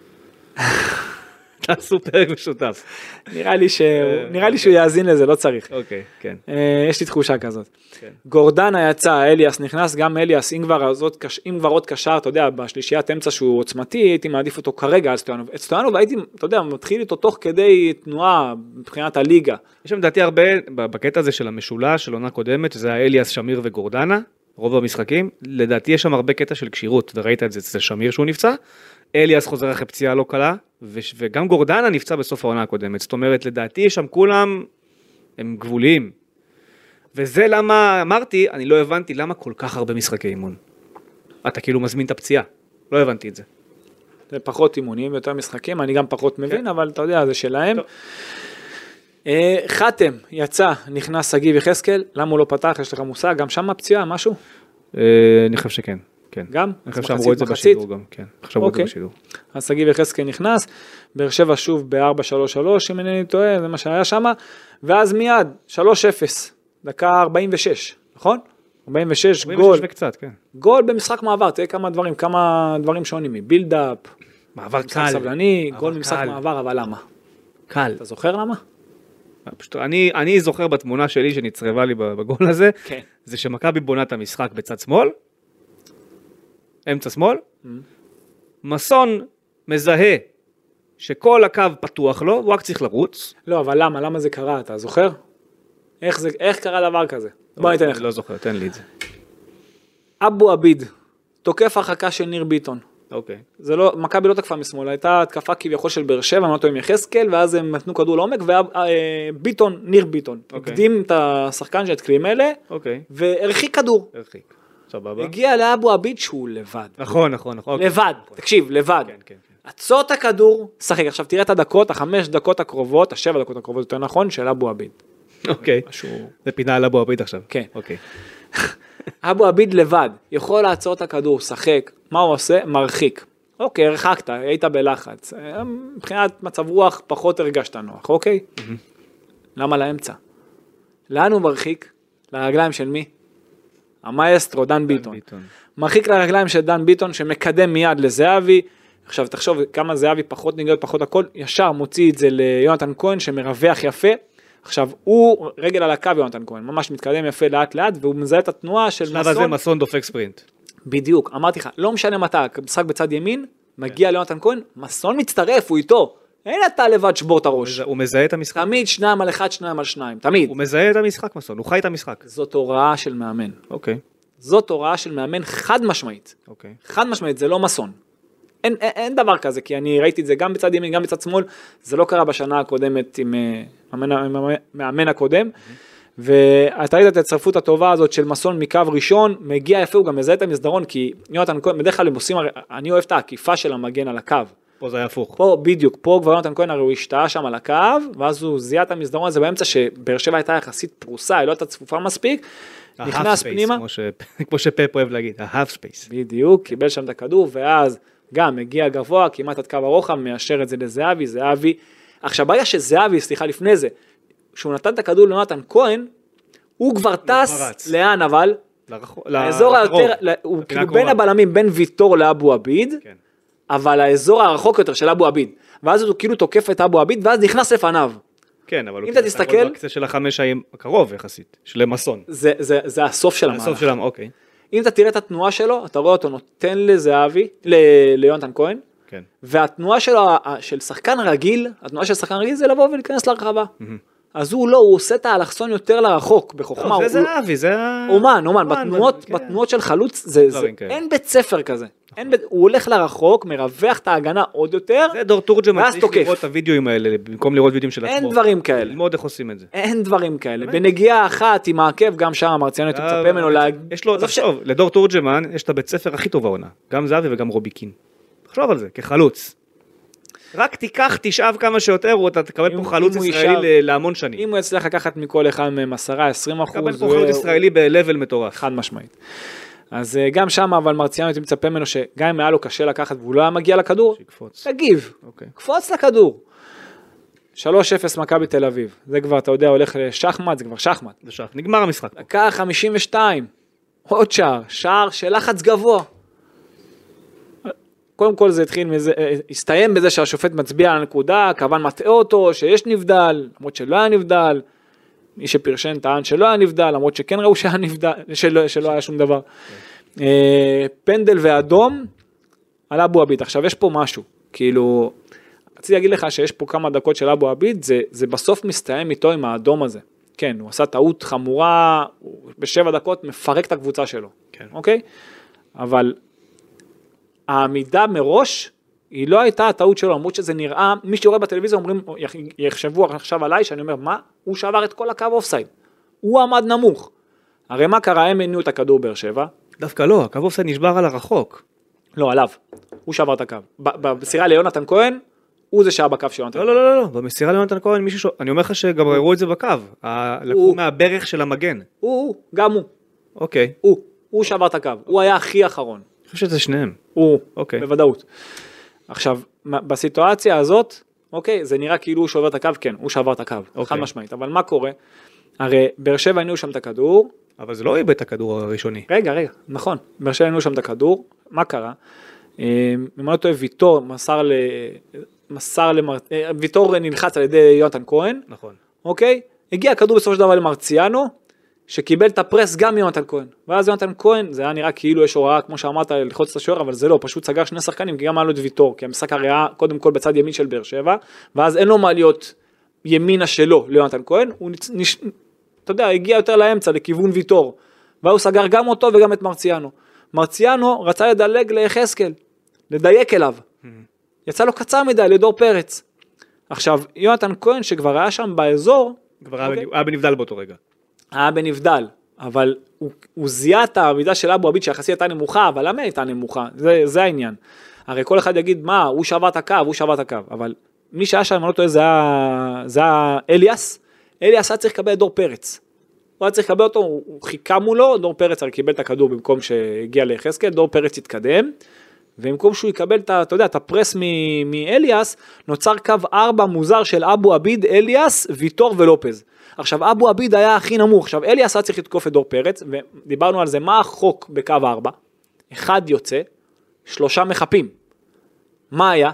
תעשו פרק משותף. נראה לי שהוא יאזין לזה, לא צריך. אוקיי, כן. יש לי תחושה כזאת. גורדנה יצא, אליאס נכנס, גם אליאס, אם כבר עוד קשר, אתה יודע, בשלישיית אמצע שהוא עוצמתי, הייתי מעדיף אותו כרגע על סטויאנוב. את סטויאנוב הייתי, אתה יודע, מתחיל איתו תוך כדי תנועה מבחינת הליגה. יש שם דעתי הרבה, בקטע הזה של המשולש, של עונה קודמת, שזה אליאס, שמיר וגורדנה, רוב המשחקים, לדעתי יש שם הרבה קטע של קשירות, וראית את זה אצל שמיר שהוא נפצע, אליאס חוזר אחרי פציעה לא קלה, וגם גורדנה נפצע בסוף העונה הקודמת, זאת אומרת, לדעתי יש שם כולם, הם גבוליים, וזה למה, אמרתי, אני לא הבנתי למה כל כך הרבה משחקי אימון. אתה כאילו מזמין את הפציעה, לא הבנתי את זה. זה פחות אימונים, יותר משחקים, אני גם פחות מבין, אבל אתה יודע, זה שלהם. חתם, יצא, נכנס סגיב יחזקאל, למה הוא לא פתח, יש לך מושג, גם שם הפציעה, משהו? אני חושב שכן. כן. גם? אני חושב שאמרו את זה בשידור גם, כן. עכשיו את זה בשידור. אז סגיב יחזקאל נכנס, באר שבע שוב ב-4-3-3, אם אינני טועה, זה מה שהיה שם, ואז מיד, 3-0, דקה 46, נכון? 46 גול. 46 וקצת, כן. גול במשחק מעבר, תראה כמה דברים שונים, בילדאפ, מעבר קל. משחק סבלני, גול במשחק מעבר, אבל למה? קל. אתה זוכר למה? אני זוכר בתמונה שלי שנצרבה לי בגול הזה, כן. זה שמכבי בונה את המשחק בצד שמאל, אמצע שמאל, מסון מזהה שכל הקו פתוח לו, הוא רק צריך לרוץ. לא, אבל למה זה קרה, אתה זוכר? איך קרה דבר כזה? בוא ניתן לך. לא זוכר, תן לי את זה. אבו עביד, תוקף הרחקה של ניר ביטון. אוקיי. זה לא, מכבי לא תקפה משמאל, הייתה התקפה כביכול של באר שבע, אמרנו עם יחזקאל, ואז הם נתנו כדור לעומק, וביטון, ניר ביטון, הקדים את השחקן של התקלים האלה, והרחיק כדור. הרחיק. סבבה. הגיע לאבו עביד שהוא לבד. נכון. לבד, תקשיב, לבד. עצור את הכדור, שחק, עכשיו תראה את הדקות, 5 דקות הקרובות, 7 דקות הקרובות יותר נכון, של אבו עביד. אוקיי. זה פינה על אבו עביד עכשיו. כן. אוקיי. אבו עביד לבד, יכול לעצור את הכדור, שחק, מה הוא עושה? מרחיק. אוקיי, הרחקת, היית בלחץ. מבחינת מצב רוח, פחות הרגשת נוח, אוקיי? למה לאמצע? לאן הוא מרחיק? לרגליים של מי? המאסטרו, דן ביטון. מרחיק לרגליים של דן ביטון, שמקדם מיד לזהבי. עכשיו, תחשוב כמה זהבי פחות נגד, פחות הכל, ישר מוציא את זה ליונתן כהן, שמרווח יפה. עכשיו, הוא רגל על הקו יונתן כהן, ממש מתקדם יפה לאט לאט, והוא מזהה את התנועה של מסון. שלב הזה מסון דופק ספרינט. בדיוק, אמרתי לך, לא משנה מתי, משחק בצד ימין, מגיע ליונתן כהן, מסון מצטרף, הוא איתו. אין אתה לבד שבור את הראש. הוא מזהה את המשחק. תמיד 2 על 1, 2 על 2, תמיד. הוא מזהה את המשחק מסון, הוא חי את המשחק. זאת הוראה של מאמן. אוקיי. זאת הוראה של מאמן חד משמעית. אוקיי. חד משמעית, זה לא מסון. אין דבר כזה, כי אני ראיתי את זה גם בצד ימין, גם בצד שמאל, זה לא קרה בשנה הקודמת עם מאמן הקודם, ואתה ראית את הצרפות הטובה הזאת של מסון מקו ראשון, מגיע יפה, הוא גם מזהה את המסדרון, כי יונתן כהן, בדרך כלל הם עושים, אני אוהב את העקיפה של המגן על הקו. פה זה היה הפוך. פה בדיוק, פה כבר יונתן כהן הרי הוא השתעה שם על הקו, ואז הוא זיהה את המסדרון הזה באמצע, שבאר שבע הייתה יחסית פרוסה, היא לא הייתה צפופה מספיק, נכנס פנימה. כמו שפפ אוהב להגיד, ה-half space. בדיוק, קיבל שם את הכדור, ואז גם מגיע גבוה, כמעט עד קו הרוחב, מאשר את זה לזהבי, זהבי. עכשיו, ברגע שזהבי, סליחה, לפני זה, שהוא נתן את הכדור ליונתן כהן, הוא כבר טס, לאן אבל? לאזור היותר, הוא כאילו בין הבלמים, בין ויטור לאבו עביד, אבל האזור הרחוק יותר של אבו עביד, ואז הוא כאילו תוקף את אבו עביד, ואז נכנס לפניו. כן, אבל אם אתה תסתכל, בקצה של החמש הקרוב יחסית, של מסון. זה הסוף של המהלך. הסוף שלהם, אוקיי. אם אתה תראה את התנועה שלו, אתה רואה אותו נותן לזהבי, ליונתן כהן, כן. והתנועה שלו, של שחקן רגיל, התנועה של שחקן רגיל זה לבוא ולהיכנס לרחבה. אז הוא לא, הוא עושה את האלכסון יותר לרחוק, בחוכמה. זה זהבי, זה... אומן, בתנועות של חלוץ, אין בית ספר כזה. הוא הולך לרחוק, מרווח את ההגנה עוד יותר, זה דור תורג'מן, ואז צריך תוקף. לראות את הוידאוים האלה, במקום לראות וידאוים של עצמו. אין דברים כאלה. ללמוד איך עושים את זה. אין דברים כאלה. בנגיעה אחת עם העקב, גם שם מרציאנו אתה מצפה ממנו יש לו, תחשוב, לדור תורג'מן יש את הבית ספר הכי טוב העונה. גם זהבי וגם רוביקין. תחשוב על זה, כחלוץ. רק תיקח, תשאב כמה שיותר, אתה תקבל פה חלוץ ישראלי להמון שנים. אם הוא יצליח לקחת מכל אחד מהם 10-20%, תקבל פה חלוץ ישראלי ב-level מטורף. חד משמעית. אז גם שם, אבל מרציאנו הייתי מצפה ממנו שגם אם היה לו קשה לקחת והוא לא היה מגיע לכדור, תגיב, קפוץ לכדור. 3-0 מכבי תל אביב. זה כבר, אתה יודע, הולך לשחמט, זה כבר שחמט. נגמר המשחק. דקה 52, עוד שער של לחץ גבוה. קודם כל זה הסתיים בזה שהשופט מצביע על הנקודה, כוון מטעה אותו, שיש נבדל, למרות שלא היה נבדל, מי שפרשן טען שלא היה נבדל, למרות שכן ראו שהיה נבדל, שלא היה שום דבר. פנדל ואדום, על אבו עביד. עכשיו יש פה משהו, כאילו, רציתי להגיד לך שיש פה כמה דקות של אבו עביד, זה בסוף מסתיים איתו עם האדום הזה. כן, הוא עשה טעות חמורה, ב7 דקות מפרק את הקבוצה שלו. אוקיי? אבל העמידה מראש, היא לא הייתה הטעות שלו, למרות שזה נראה, מי שרואה בטלוויזיה אומרים, יחשבו עכשיו עליי, שאני אומר, מה? הוא שעבר את כל הקו אופסייד. הוא עמד נמוך. הרי מה קרה? הם הניעו את הכדור באר שבע. דווקא לא, הקו אופסייד נשבר על הרחוק. לא, עליו. הוא שעבר את הקו. במסירה ליונתן כהן, הוא זה שעה בקו של יונתן. לא, במסירה ליונתן כהן, אני אומר לך שגם ראו את זה בקו. לקחו מהברך של המגן. גם הוא. אוקיי. הוא שעבר את הקו. הוא היה הכי אחרון. אני חושב שזה שניהם. הוא, בוודאות. עכשיו, בסיטואציה הזאת, אוקיי, זה נראה כאילו הוא שעבר את הקו, כן, הוא שעבר את הקו, חד משמעית, אבל מה קורה? הרי באר שבע הניעו שם את הכדור. אבל זה לא איבד את הכדור הראשוני. רגע, נכון, באר שבע הניעו שם את הכדור, מה קרה? אם אני טועה, ויטור נלחץ על ידי יונתן כהן, נכון. אוקיי? הגיע הכדור בסופו של דבר למרציאנו, שקיבל את הפרס גם מיונתן כהן, ואז יונתן כהן, זה היה נראה כאילו יש הוראה, כמו שאמרת, ללחוץ את השוער, אבל זה לא, פשוט סגר שני שחקנים, כי גם היה לו את ויטור, כי המשחק הרי היה קודם כל בצד ימין של באר שבע, ואז אין לו מה להיות ימינה שלו ליונתן כהן, הוא אתה יודע, הגיע יותר לאמצע, לכיוון ויטור, והוא סגר גם אותו וגם את מרציאנו. מרציאנו רצה לדלג ליחזקאל, לדייק אליו, יצא לו קצר מדי לדור פרץ. עכשיו, יונתן כהן שכבר היה שם באזור, כבר היה בנבדל באותו רגע. היה בנבדל, אבל הוא זיהה את העמידה של אבו עביד שיחסי הייתה נמוכה, אבל למה הייתה נמוכה? זה העניין. הרי כל אחד יגיד, מה, הוא שבר את הקו, אבל מי שהיה שם, אני לא טועה, זה היה אליאס היה צריך לקבל את דור פרץ. הוא היה צריך לקבל אותו, הוא חיכה מולו, דור פרץ הרי קיבל את הכדור במקום שהגיע ליחזקאל, דור פרץ התקדם, ובמקום שהוא יקבל את הפרס מאליאס, נוצר קו 4 מוזר של אבו עביד, אליאס, ויטור ולופז. עכשיו, אבו עביד היה הכי נמוך, עכשיו, אליאס היה צריך לתקוף את דור פרץ, ודיברנו על זה, מה החוק בקו 4? 1 יוצא, 3 מחפים. מה היה?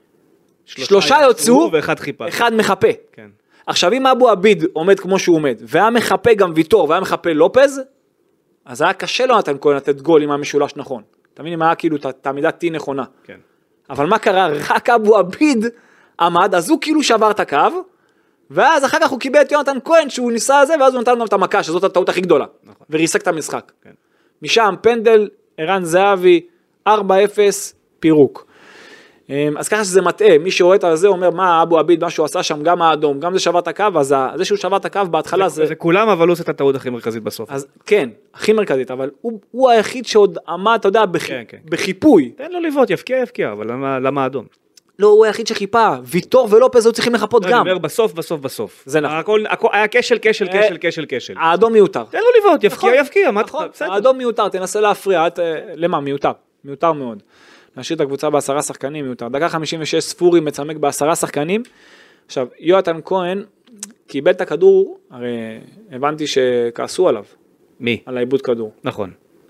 3 יוצאו, ואחד חיפה. 1 מחפה. כן. עכשיו, אם אבו עביד עומד כמו שהוא עומד, והיה מחפה גם ויטור, והיה מחפה לופז, אז היה קשה לו נתן כהן לתת גול עם המשולש נכון. אתה מבין, אם היה כאילו את העמידת T נכונה. כן. אבל מה קרה? רק אבו עביד עמד, אז הוא כאילו שבר את הקו, ואז אחר כך הוא קיבל את יונתן כהן שהוא ניסה על זה, ואז הוא נתן לנו את המכה, שזאת הטעות הכי גדולה. נכון. וריסק את המשחק. כן. משם פנדל, ערן זהבי, 4-0, פירוק. אז ככה שזה מטעה, מי שרואה את זה אומר, מה אבו עביד, מה שהוא עשה שם, גם האדום, גם זה שבר את הקו, אז זה שהוא שבר את הקו בהתחלה זה כולם, אבל הוא עושה את הטעות הכי מרכזית בסוף. אז כן, הכי מרכזית, אבל הוא היחיד שעוד עמד, אתה יודע, בחיפוי. תן לו לבעוט, יפקיע, אבל למה האדום? לא, הוא היחיד שחיפה, ויטור ולופז היו צריכים לחפות גם. אני אומר בסוף. זה נכון. היה כשל. האדום מיותר. תן לו לבעוט, יפקיע. נכון, האדום מיותר, תנסה להפריע, למה? מיותר מאוד. נשאיר את הקבוצה ב10 שחקנים מיותר. דקה 56 ספורי מצמק ב10 שחקנים. עכשיו, יונתן כהן קיבל את הכדור, הרי הבנתי שכעסו עליו. מי? על האיבוד כדור. נכון.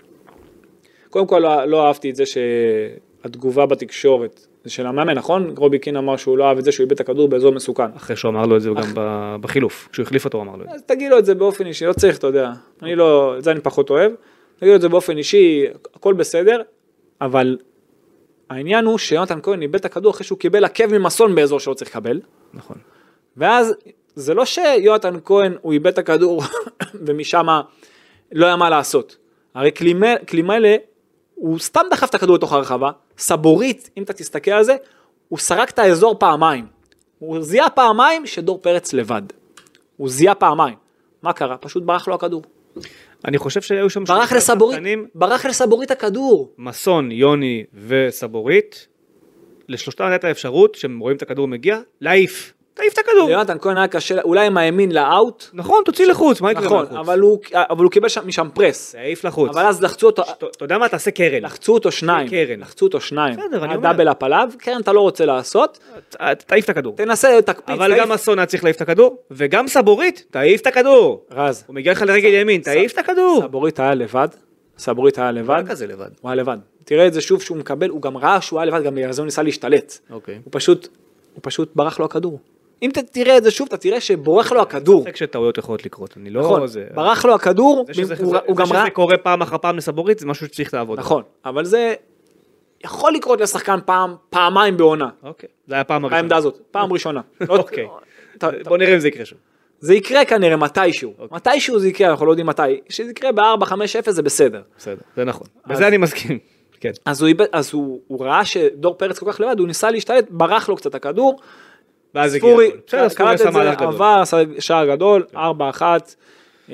קודם כל לא אהבתי את זה שהתגובה בתקשורת, זה של המאמן, נכון? רוביקין אמר שהוא לא אהב את זה שהוא איבד את הכדור באזור מסוכן. אחרי שהוא אמר לו את זה גם בחילוף, כשהוא החליף אותו אמר לו את זה. אז תגיד לו את זה באופן אישי, לא צריך, אתה יודע. את זה אני פחות אוהב. נגיד את זה באופן אישי, הכל בסדר, אבל העניין הוא שיונתן כהן איבד את הכדור אחרי שהוא קיבל עקב ממסון באזור שלא צריך לקבל. נכון. ואז זה לא שיונתן כהן הוא איבד את הכדור ומשם לא היה מה לעשות. הרי קלימלה הוא סתם דחף את הכדור לתוך הרחבה, סבורית, אם אתה תסתכל על זה, הוא סרק את האזור פעמיים. הוא זיהה פעמיים שדור פרץ לבד. הוא זיהה פעמיים. מה קרה? פשוט ברח לו הכדור. אני חושב שהיו שם... ברח לסבורית הכדור. מסון, יוני וסבורית, לשלושתם הייתה האפשרות, שהם רואים את הכדור מגיע, להעיף. תעיף את הכדור. ליונתן כהן היה קשה, אולי עם הימין לאוט. נכון, תוציא לחוץ, מה יקרה לחוץ? נכון, אבל הוא קיבל משם פרס. תעיף לחוץ. אבל אז לחצו אותו... אתה יודע מה? תעשה קרן. לחצו אותו שניים. לחצו אותו שניים. בסדר, אני אומר. הדאבל הפלאב, קרן אתה לא רוצה לעשות. תעיף את הכדור. תנסה, תקפיץ. אבל גם מסון היה צריך להעיף את הכדור, וגם סבורית, תעיף את הכדור. רז. הוא מגיע לך לרגל ימין, תעיף את הכדור. סבורית היה לבד. סבורית היה לבד. הוא כזה לבד. הוא היה לבד. תראה את זה שוב שהוא מקבל, הוא גם ראה שהוא היה לבד, גם בגלל זה הוא ניסה להשתלט. אוקיי. הוא פשוט ברח לו הכדור. אם אתה תראה את זה שוב, אתה תראה שבורח לו הכדור. זה שטעויות יכולות לקרות, אני לא... נכון, ברח לו הכדור, הוא גם ראה... זה שזה קורה פעם אחר פעם לסבורית, זה משהו שצריך לעבוד. נכון, אבל זה יכול לקרות לשחקן פעמיים בעונה. אוקיי, זה היה פעם הראשונה. העמדה הזאת, פעם ראשונה. אוקיי, בוא נראה אם זה יקרה שוב. זה יקרה כנראה מתישהו. מתישהו זה יקרה, אנחנו לא יודעים מתי. שזה יקרה ב-4-5-0 זה בסדר. בסדר, זה נכון. בזה אני מסכים. כן. אז הוא ראה שדור פרץ כל כך לבד, הוא ניסה להשתלט, ברח לו קצת הכדור. ספורי, קלט את זה, עבר, שער גדול, 4-1,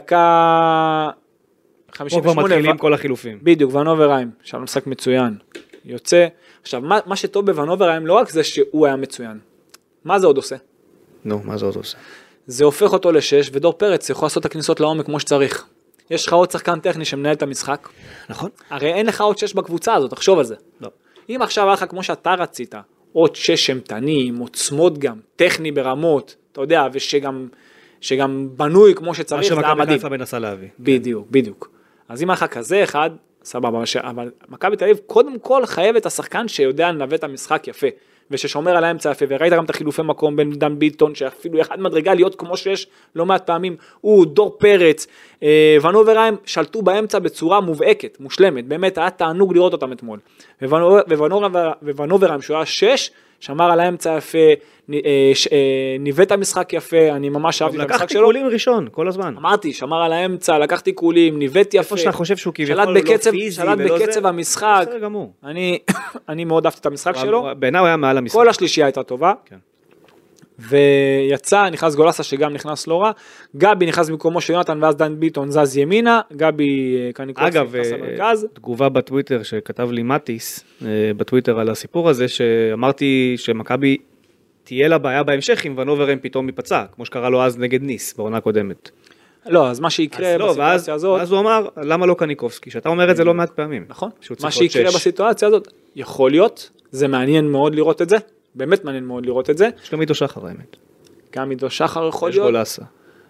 דקה 58. פה כבר מתחילים כל החילופים. בדיוק, ונוברהיים, שם משחק מצוין, יוצא. עכשיו, מה שטוב בוונוברהיים, לא רק זה שהוא היה מצוין, מה זה עוד עושה? נו, מה זה עוד עושה? זה הופך אותו ל6, ודור פרץ יכול לעשות את הכניסות לעומק כמו שצריך. יש לך עוד שחקן טכני שמנהל את המשחק. נכון. הרי אין לך עוד 6 בקבוצה הזאת, תחשוב על זה. לא. אם עכשיו היה לך כמו שאתה רצית, עוד 6 שמתנים, עוצמות גם, טכני ברמות, אתה יודע, שגם בנוי כמו שצריך, זה היה מדהים. מה שמכבי חיפה מנסה להביא. בדיוק. אז אם היה לך כזה אחד, סבבה, אבל מכבי תל אביב קודם כל חייב את השחקן שיודע לנווט את המשחק יפה, וששומר על האמצע יפה, וראית גם את החילופי מקום בין דן ביטון, שאפילו אחד מדרגה להיות כמו שיש לא מעט פעמים, הוא, דור פרץ, ונוברהיים שלטו באמצע בצורה מובהקת, מושלמת, באמת היה תענוג לראות אותם אתמול, ונוברהיים שהוא היה 6, שמר על האמצע יפה, ניווט המשחק יפה, אני ממש אהבתי את המשחק שלו. לקחתי קולים ראשון, כל הזמן. אמרתי, שמר על האמצע, לקחתי קולים, ניווט יפה. איפה שאתה חושב שהוא כביכול לא פיזי, שלט בקצב המשחק. בסדר גמור. אני מאוד אהבתי את המשחק שלו. בעיניו היה מעל המשחק. כל השלישייה הייתה טובה. ויצא, נכנס גולסה שגם נכנס לא רע. גבי נכנס במקומו של יונתן, ואז דן ביטון זז ימינה. גבי קניקובסקי נכנס למרכז. אגב, תגובה בטוויטר שכתב לי מטיס, בטוויטר על הסיפור הזה, שאמרתי שמכבי תהיה לה בעיה בהמשך אם ונוברהיים פתאום ייפצע, כמו שקרה לו אז נגד ניס בעונה הקודמת. לא, אז מה שיקרה בסיטואציה הזאת... אז הוא אמר, למה לא קניקובסקי? שאתה אומר את זה לא מעט פעמים. נכון. מה שיקרה בסיטואציה הזאת, יכול להיות, זה מעניין מאוד לראות את זה, באמת מעניין מאוד לראות את זה. יש גם עידו שחר האמת. גם עידו שחר יכול להיות. יש גולסה.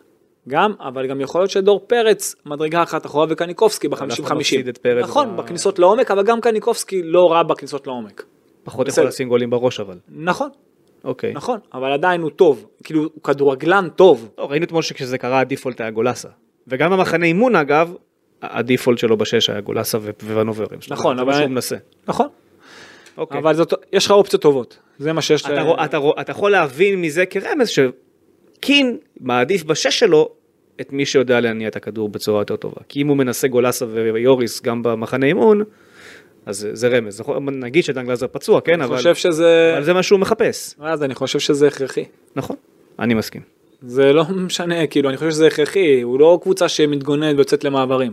גם, אבל גם יכול להיות שדור פרץ מדרגה אחת אחורה וקניקובסקי ב-50-50. נכון, בכניסות לעומק, אבל גם קניקובסקי לא רע בכניסות לעומק. פחות יכול לשים גולים בראש אבל. נכון. אוקיי. נכון, אבל עדיין הוא טוב, כאילו הוא כדורגלן טוב. לא, ראינו אתמול שכשזה קרה הדיפולט היה גולסה. וגם המחנה אימון אגב, הדיפולט שלו בשש היה גולסה וונוברהיים. נכון, אבל... זה מה שהוא מנסה. נכון. אוקיי. אבל יש לך אופציות טובות. זה מה שיש... אתה יכול להבין מזה כרמז שקין מעדיף בשש שלו את מי שיודע להניע את הכדור בצורה יותר טובה. כי אם הוא מנסה גולסה ויוריס גם במחנה אימון, אז זה רמז. נגיד שדן גלזר פצוע, כן? אבל זה מה שהוא מחפש. אז אני חושב שזה הכרחי. נכון, אני מסכים. זה לא משנה, כאילו, אני חושב שזה הכרחי. הוא לא קבוצה שמתגוננת ויוצאת למעברים.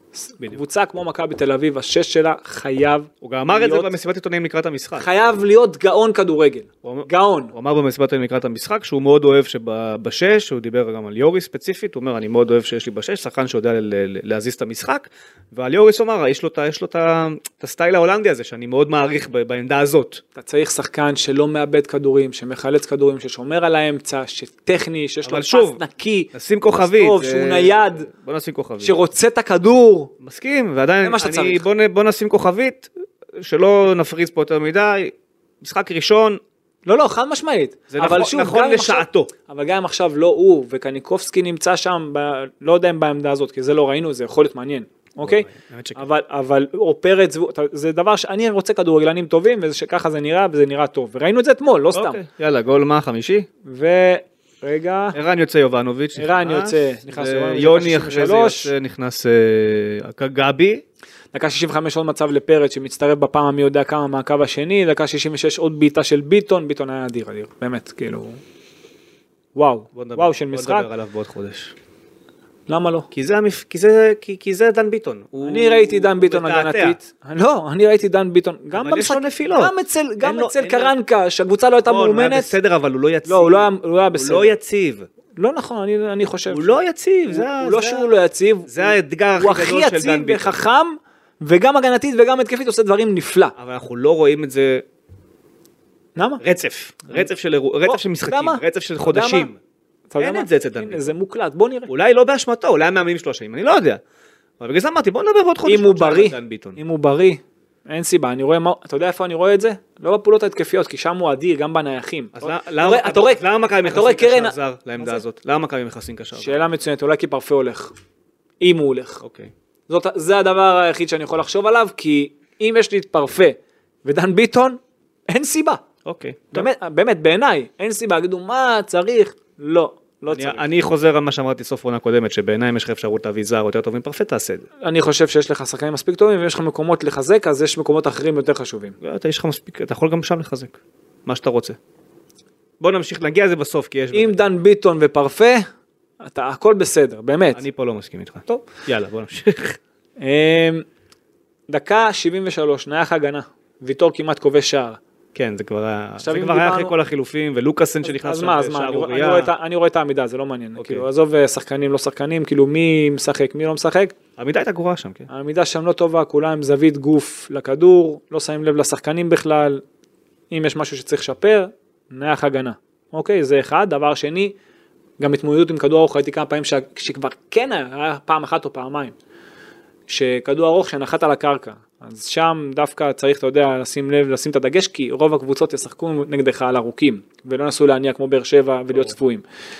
קבוצה כמו מכבי תל אביב, השש שלה חייב... הוא גם אמר את זה במסיבת עיתונאים לקראת המשחק. חייב להיות גאון כדורגל. גאון. הוא אמר במסיבת עיתונאים לקראת המשחק שהוא מאוד אוהב שבשש, הוא דיבר גם על יוריס ספציפית, הוא אומר אני מאוד אוהב שיש לי בשש, שחקן שיודע להזיז את המשחק, ועל יוריס הוא אמר, יש לו את הסטייל ההולנדי הזה, שאני מאוד מעריך בעמדה הזאת. אתה צריך שחקן שלא מאבד כדורים, שמחלץ כדורים, ששומר על האמצע, שטכני, שיש לו פס נקי, נשים כוכבית, שהוא נייד, בוא נשים כוכבית. שרוצה את הכדור. מסכים, ועדיין, בוא נשים כוכבית, שלא נפריז פה יותר מדי, משחק ראשון. לא, חד משמעית. זה נכון לשעתו. אבל גם עכשיו לא הוא, וקניקובסקי נמצא שם, לא יודע אם בעמדה הזאת, כי זה לא ראינו, זה יכול להיות מעניין. אוקיי? אבל, או פרץ, זה דבר שאני רוצה כדורגלנים טובים, וככה זה נראה, וזה נראה טוב. וראינו את זה אתמול, לא סתם. יאללה, גול מה? חמישי? רגע. ערן יוצא יובנוביץ'. ערן יוצא, נכנס יובנוביץ'. יוני אחרי זה יוצא, נכנס גבי. דקה 65 עוד מצב לפרץ שמצטרף בפעם המי יודע כמה מהקו השני, דקה 66 עוד בעיטה של ביטון היה אדיר, באמת, כאילו, וואו של משחק. בוא נדבר עליו בעוד חודש. למה לא? כי זה דן ביטון. אני ראיתי דן ביטון הגנתית. לא, אני ראיתי דן ביטון, גם במשחק, גם אצל קרנקה, שהקבוצה לא הייתה מאומנת. בסדר, אבל הוא לא יציב. לא, הוא לא היה בסדר. הוא לא יציב. לא נכון, אני חושב. הוא לא יציב. הוא לא שהוא לא יציב. זה האתגר הכי גדול של דן ביטון. הוא הכי יציב וחכם, וגם הגנתית וגם התקפית עושה דברים נפלא. אבל אנחנו לא רואים את זה. למה? רצף של משחקים, רצף של חודשים. אין את זה אצל דן ביטון. זה מוקלט, בוא נראה. אולי לא באשמתו, אולי המאמנים שלו אשמים, אני לא יודע. אבל בגלל זה אמרתי, בוא נדבר בעוד חודש. אם הוא בריא, אין סיבה, אני רואה, אתה יודע איפה אני רואה את זה? לא בפעולות ההתקפיות, כי שם הוא אדיר, גם בנייחים. אז למה מכבי מכסים קשר זר לעמדה הזאת? למה מכבי מכסים קשר זר? שאלה מצוינת, אולי כי פרפה הולך. אם הוא הולך. אוקיי. זה הדבר היחיד שאני יכול לחשוב עליו, כי אם יש לי את פרפה ודן ביטון, אין סיבה. אוקיי. באמת, בעיניי, אין סיבה. אגידו, מה צריך? לא צריך. אני חוזר על מה שאמרתי סוף עונה קודמת, שבעיניי אם יש לך אפשרות להביא זר יותר טוב מפרפה, תעשה את זה. אני חושב שיש לך שחקנים מספיק טובים, ויש לך מקומות לחזק, אז יש מקומות אחרים יותר חשובים. אתה יכול גם שם לחזק, מה שאתה רוצה. בוא נמשיך, נגיע לזה בסוף, כי יש... אם דן ביטון ופרפה, הכל בסדר, באמת. אני פה לא מסכים איתך. טוב. יאללה, בוא נמשיך. דקה 73, נייח הגנה. ויטור כמעט כובש שער. כן, זה כבר היה אחרי כל החילופים, ולוקאסן שנכנס שם בשער אוריה. אני רואה את העמידה, זה לא מעניין. כאילו, עזוב שחקנים לא שחקנים, כאילו מי משחק, מי לא משחק. העמידה הייתה גרועה שם, כן. העמידה שם לא טובה, כולם זווית גוף לכדור, לא שמים לב לשחקנים בכלל. אם יש משהו שצריך לשפר, נייח הגנה. אוקיי, זה אחד. דבר שני, גם התמודדות עם כדור ארוך, ראיתי כמה פעמים שכבר כן היה פעם אחת או פעמיים, שכדור ארוך שנחת על הקרקע, אז שם דווקא צריך, אתה יודע, לשים לב, לשים את הדגש, כי רוב הקבוצות ישחקו נגדך על ארוכים, ולא נסו להניע כמו באר שבע ולהיות צפויים.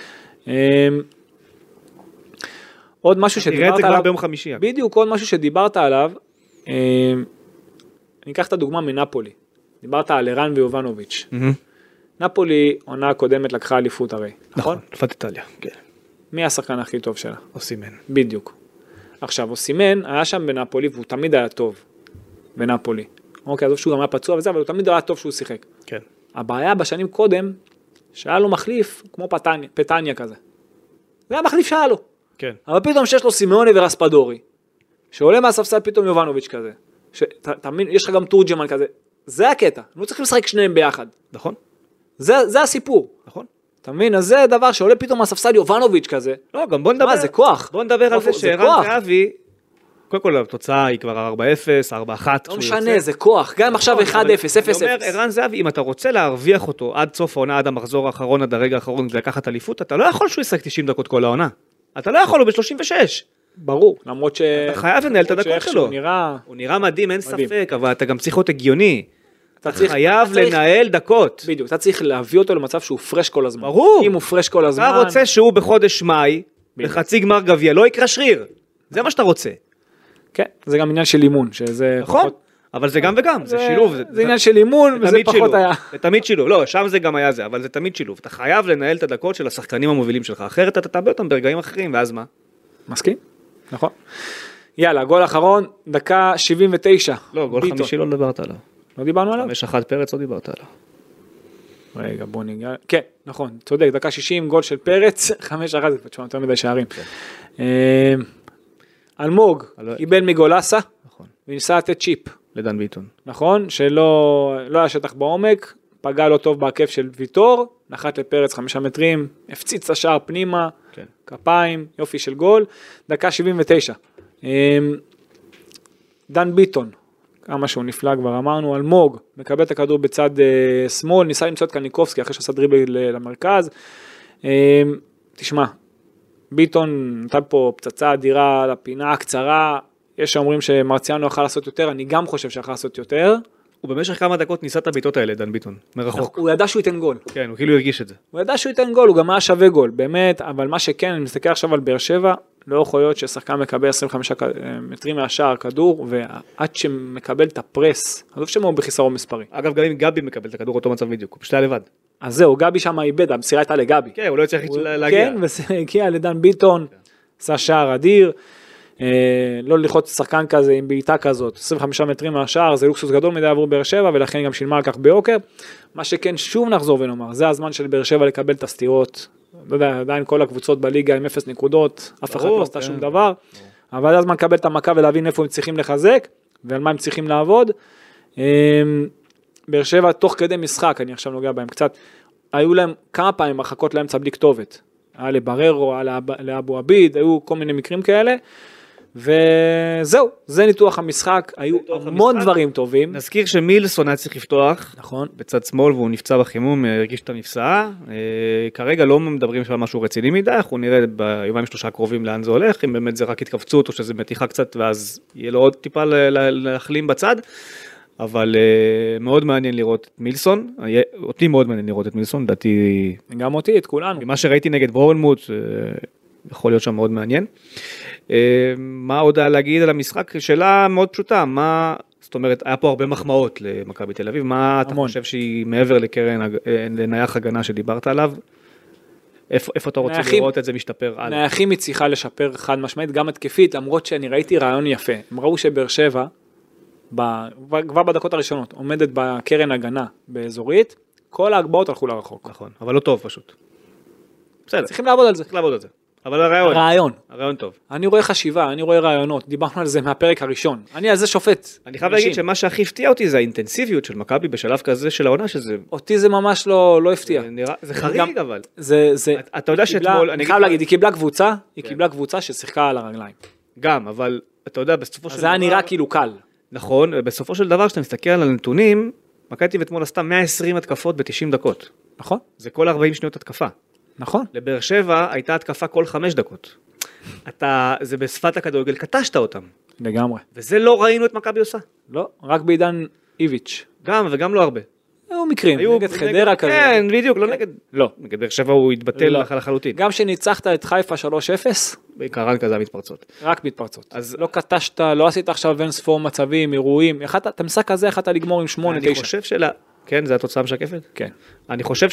עוד משהו שדיברת עליו, ביום חמישי. בדיוק, עוד משהו שדיברת עליו, אני אקח את הדוגמה מנפולי, דיברת על ערן ויובנוביץ'. נפולי עונה הקודמת לקחה אליפות הרי, נכון? אלופת איטליה, כן. מי השחקן הכי טוב שלה? אוסימן. בדיוק. עכשיו, אוסימן היה שם בנפולי, והוא תמיד היה טוב בנפולי. אוקיי, אז שהוא גם היה פצוע וזה, אבל הוא תמיד היה טוב שהוא שיחק. כן. הבעיה בשנים קודם, שהיה לו מחליף, כמו פטניה כזה. זה היה מחליף שהיה לו. כן. אבל פתאום שיש לו סימאוני ורספדורי, שעולה מהספסל פתאום יובנוביץ' כזה. תאמין, יש לך גם תורג'מן כזה. זה הקטע. לא צריך לשחק שניהם ביחד. נכון. זה הסיפור. נכון. אתה מבין? אז זה דבר שעולה פתאום מהספסל יובנוביץ' כזה. לא, גם בוא נדבר. מה, זה כוח. בוא נדבר על זה שערן זהבי, קודם כל התוצאה היא כבר 4-0, 4-1. לא משנה, זה כוח. גם עכשיו 1-0, 0-0. אני אומר, ערן זהבי, אם אתה רוצה להרוויח אותו עד סוף העונה, עד המחזור האחרון, עד הרגע האחרון, לקחת אליפות, אתה לא יכול שהוא ישחק 90 דקות כל העונה. אתה לא יכול, הוא ב-36. ברור, למרות ש... אתה חייב לנהל את הדקות שלו. הוא נראה מדהים, אין ספק, אבל אתה גם צריך להיות הגיוני. אתה חייב לנהל דקות. בדיוק, אתה צריך להביא אותו למצב שהוא פרש כל הזמן. ברור. אם הוא פרש כל הזמן... אתה רוצה שהוא בחודש מאי, בחצי גמר גביע, לא יקרה שריר. זה מה שאתה רוצה. כן, זה גם עניין של אימון, שזה נכון, פחות... אבל זה גם וגם, זה שילוב. זה עניין של אימון, וזה פחות היה. זה תמיד שילוב, לא, שם זה גם היה זה, אבל זה תמיד שילוב. אתה חייב לנהל את הדקות של השחקנים המובילים שלך, אחרת אתה תאבד אותם ברגעים אחרים, ואז מה? מסכים? נכון. יאללה, גול אחרון, דקה 79. לא, גול חמישי לא דיברת עליו. לא דיברנו עליו? 5-1 פרץ לא דיברת עליו. רגע, בוא ניגע. כן, נכון, צודק, דקה 60, גול של פרץ, 5-1, זה תשמע, יותר מדי שערים. אלמוג, קיבל מגולסה, וניסה לתת צ'יפ. לדן ביטון. נכון, שלא היה שטח בעומק, פגע לא טוב בעקף של ויטור, נחת לפרץ 5 מטרים, הפציץ את השער פנימה, כפיים, יופי של גול, דקה 79. דן ביטון, כמה שהוא נפלא כבר אמרנו, אלמוג, מקבל את הכדור בצד שמאל, ניסה למצוא את קניקובסקי אחרי שעשה דריבל למרכז, תשמע, ביטון נתן פה פצצה אדירה לפינה הקצרה, יש שאומרים שמרציאנו יכל לעשות יותר, אני גם חושב שיכל לעשות יותר. הוא במשך כמה דקות ניסה את הביטות האלה, דן ביטון, מרחוק. הוא ידע שהוא ייתן גול. כן, הוא כאילו הרגיש את זה. הוא ידע שהוא ייתן גול, הוא גם היה שווה גול, באמת, אבל מה שכן, אני מסתכל עכשיו על באר שבע, לא יכול להיות ששחקן מקבל 25 מטרים מהשער כדור, ועד שמקבל את הפרס, עזוב שמה הוא בחיסרון מספרי. אגב, גם אם גבי מקבל את הכדור אותו מצב בדיוק, הוא פשוט היה לבד. אז זהו, גבי שם איבד, המסירה הייתה לגבי. כן, הוא לא יצטרך להגיע. כן, והגיע לדן ביטון, עשה שער אדיר, לא ללחוץ שחקן כזה עם בעיטה כזאת, 25 מטרים מהשער, זה לוקסוס גדול מדי עבור באר שבע, ולכן גם שילמה על כך ביוקר. מה שכן, שוב נחזור ונאמר, זה הזמן של באר שבע לקבל את הסתירות, לא יודע, עדיין כל הקבוצות בליגה עם 0 נקודות, אף אחד לא עשתה שום דבר, אבל זה הזמן לקבל את המכה ולהבין איפה הם צריכים לחזק, ועל מה הם צריכים לעבוד. באר שבע, תוך כדי משחק, אני עכשיו נוגע בהם קצת, היו להם כמה פעמים הרחקות לאמצע בלי כתובת, היה לבררו, היה לאבו עביד, היו כל מיני מקרים כאלה, וזהו, זה ניתוח המשחק, היו המון דברים טובים. נזכיר שמילסון היה צריך לפתוח, נכון. בצד שמאל והוא נפצע בחימום, הרגיש את הנפצעה, כרגע לא מדברים שם על משהו רציני מדי, אנחנו נראה ביומיים שלושה הקרובים לאן זה הולך, אם באמת זה רק התכווצות או שזה מתיחה קצת, ואז יהיה לו עוד טיפה להחלים בצד, אבל מאוד מעניין לראות את מילסון, אותי מאוד מעניין לראות את מילסון, דעתי... גם אותי, את כולנו. מה שראיתי נגד בורנמוט, יכול להיות שם מאוד מעניין. מה עוד להגיד על המשחק? שאלה מאוד פשוטה, מה, זאת אומרת, היה פה הרבה מחמאות למכבי תל אביב, מה אתה חושב שהיא מעבר לנייח הגנה שדיברת עליו? איפה אתה רוצה לראות את זה משתפר? נייחים היא צריכה לשפר חד משמעית, גם התקפית, למרות שאני ראיתי רעיון יפה. הם ראו שבאר שבע, כבר בדקות הראשונות, עומדת בקרן הגנה באזורית, כל ההגבהות הלכו לרחוק. נכון, אבל לא טוב פשוט. בסדר. צריכים לעבוד על זה. צריך לעבוד על זה. אבל הרעיון טוב. אני רואה חשיבה, אני רואה רעיונות, דיברנו על זה מהפרק הראשון. אני על זה שופט. אני חייב להגיד שמה שהכי הפתיע אותי זה האינטנסיביות של מכבי בשלב כזה של העונה, שזה... אותי זה ממש לא הפתיע. זה חריג אבל. אתה יודע שאתמול, אני חייב להגיד, היא קיבלה קבוצה ששיחקה על הרגליים. גם, אבל אתה יודע, בסופו של דבר... זה היה נראה כאילו קל. נכון, בסופו של דבר, כשאתה מסתכל על הנתונים, מכבי תל אביב אתמול עשתה 120 התקפות ב-90 דקות. נכון. זה כל 40 שניות התקפה. נכון. לבאר שבע הייתה התקפה כל 5 דקות. זה בשפת הכדורגל, קטשת אותם. לגמרי. וזה לא ראינו את מכבי עושה. לא, רק בעידן איביץ'. גם, וגם לא הרבה. היו מקרים, נגד חדרה כזה. כן, בדיוק, לא נגד... לא. נגד באר שבע הוא התבטל לחלוטין. גם שניצחת את חיפה 3-0. בעיקרן כזה המתפרצות. רק מתפרצות. אז לא קטשת, לא עשית עכשיו אין ספור מצבים, אירועים. את המשחק הזה יכולת לגמור עם 8-9. אני חושב כן, זה התוצאה משקפת? כן. אני חושב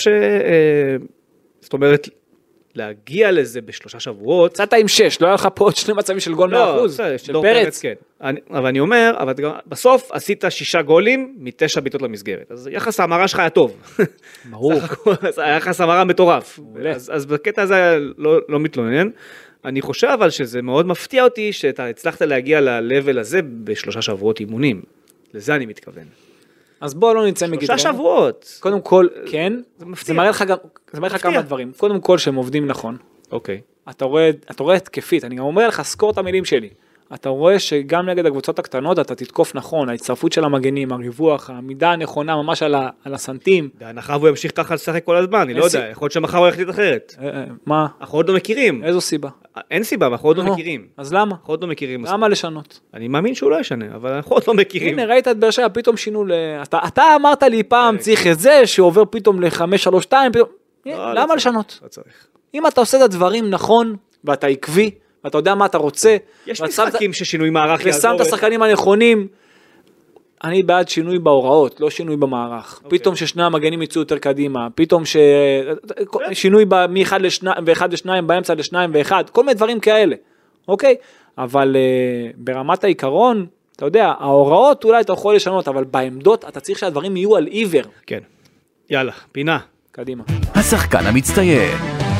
זאת אומרת, להגיע לזה ב3 שבועות. יצאת עם 6, לא היה לך פה עוד 2 מצבים של גול 100%. של פרץ. כן. אבל אני אומר, בסוף עשית 6 גולים מ9 בעיטות למסגרת. אז יחס ההמרה שלך היה טוב. ברור. יחס ההמרה מטורף. אז בקטע הזה לא מתלונן. אני חושב אבל שזה מאוד מפתיע אותי שאתה הצלחת להגיע ל-level הזה ב3 שבועות אימונים. לזה אני מתכוון. אז בוא לא נצא מגדרנו. 3 שבועות. קודם כל, כן, זה מראה לך כמה דברים. קודם כל שהם עובדים נכון. אוקיי. אתה רואה התקפית, אני גם אומר לך, סקור את המילים שלי. אתה רואה שגם נגד הקבוצות הקטנות אתה תתקוף נכון, ההצטרפות של המגנים, הריווח, העמידה הנכונה ממש על הסנטים. בהנחה והוא ימשיך ככה לשחק כל הזמן, אני לא יודע, יכול להיות שמחר הוא יחליט אחרת. מה? אנחנו עוד לא מכירים. איזו סיבה? אין סיבה, אנחנו עוד לא מכירים. אז למה? אנחנו עוד לא מכירים. למה לשנות? אני מאמין שהוא לא ישנה, אבל אנחנו עוד לא מכירים. הנה, ראית את באר שבע, פתאום שינו אתה אמרת לי פעם, צריך את זה, שעובר פתאום ל-5-3-2, למה לשנות? לא צריך. אם אתה עושה את הדברים נכון, ואתה עקבי, ואתה יודע מה אתה רוצה, יש משחקים ששינוי מערך יעזור, ושם את השחקנים הנכונים, אני בעד שינוי בהוראות, לא שינוי במערך. פתאום ששני המגנים יצאו יותר קדימה, פתאום שינוי מ-1 ל-2 באמצע ל-2 ו-1, כל מיני דברים כאלה, אוקיי? אבל ברמת העיקרון, אתה יודע, ההוראות אולי אתה יכול לשנות, אבל בעמדות אתה צריך שהדברים יהיו על עיוור. כן. יאללה, פינה. קדימה. השחקן המצטיין.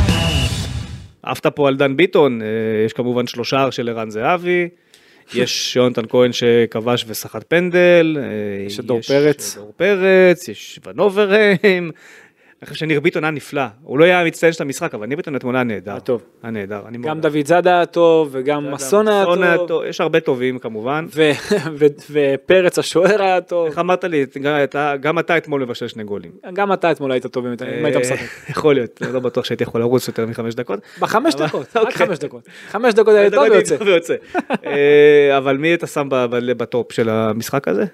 עפת פה על דן ביטון, יש כמובן 3 של ערן זהבי, יש יונתן כהן שכבש ושחט פנדל, יש דור פרץ, יש ונוברהם, אני חושב שניר ביטון היה נפלא, הוא לא היה מצטיין של המשחק, אבל ניר ביטון אתמול היה נהדר. טוב. היה נהדר. גם דוד זאדה היה טוב, וגם מסון היה טוב. יש הרבה טובים כמובן. ופרץ השוער היה טוב. איך אמרת לי, גם אתה אתמול מבשל 2 גולים. גם אתה אתמול היית טוב, אם היית משחק. יכול להיות, לא בטוח שהייתי יכול לרוץ יותר מ5 דקות. ב5 דקות, רק 5 דקות. 5 דקות היה טוב ויוצא. אבל מי אתה שם בטופ של המשחק הזה?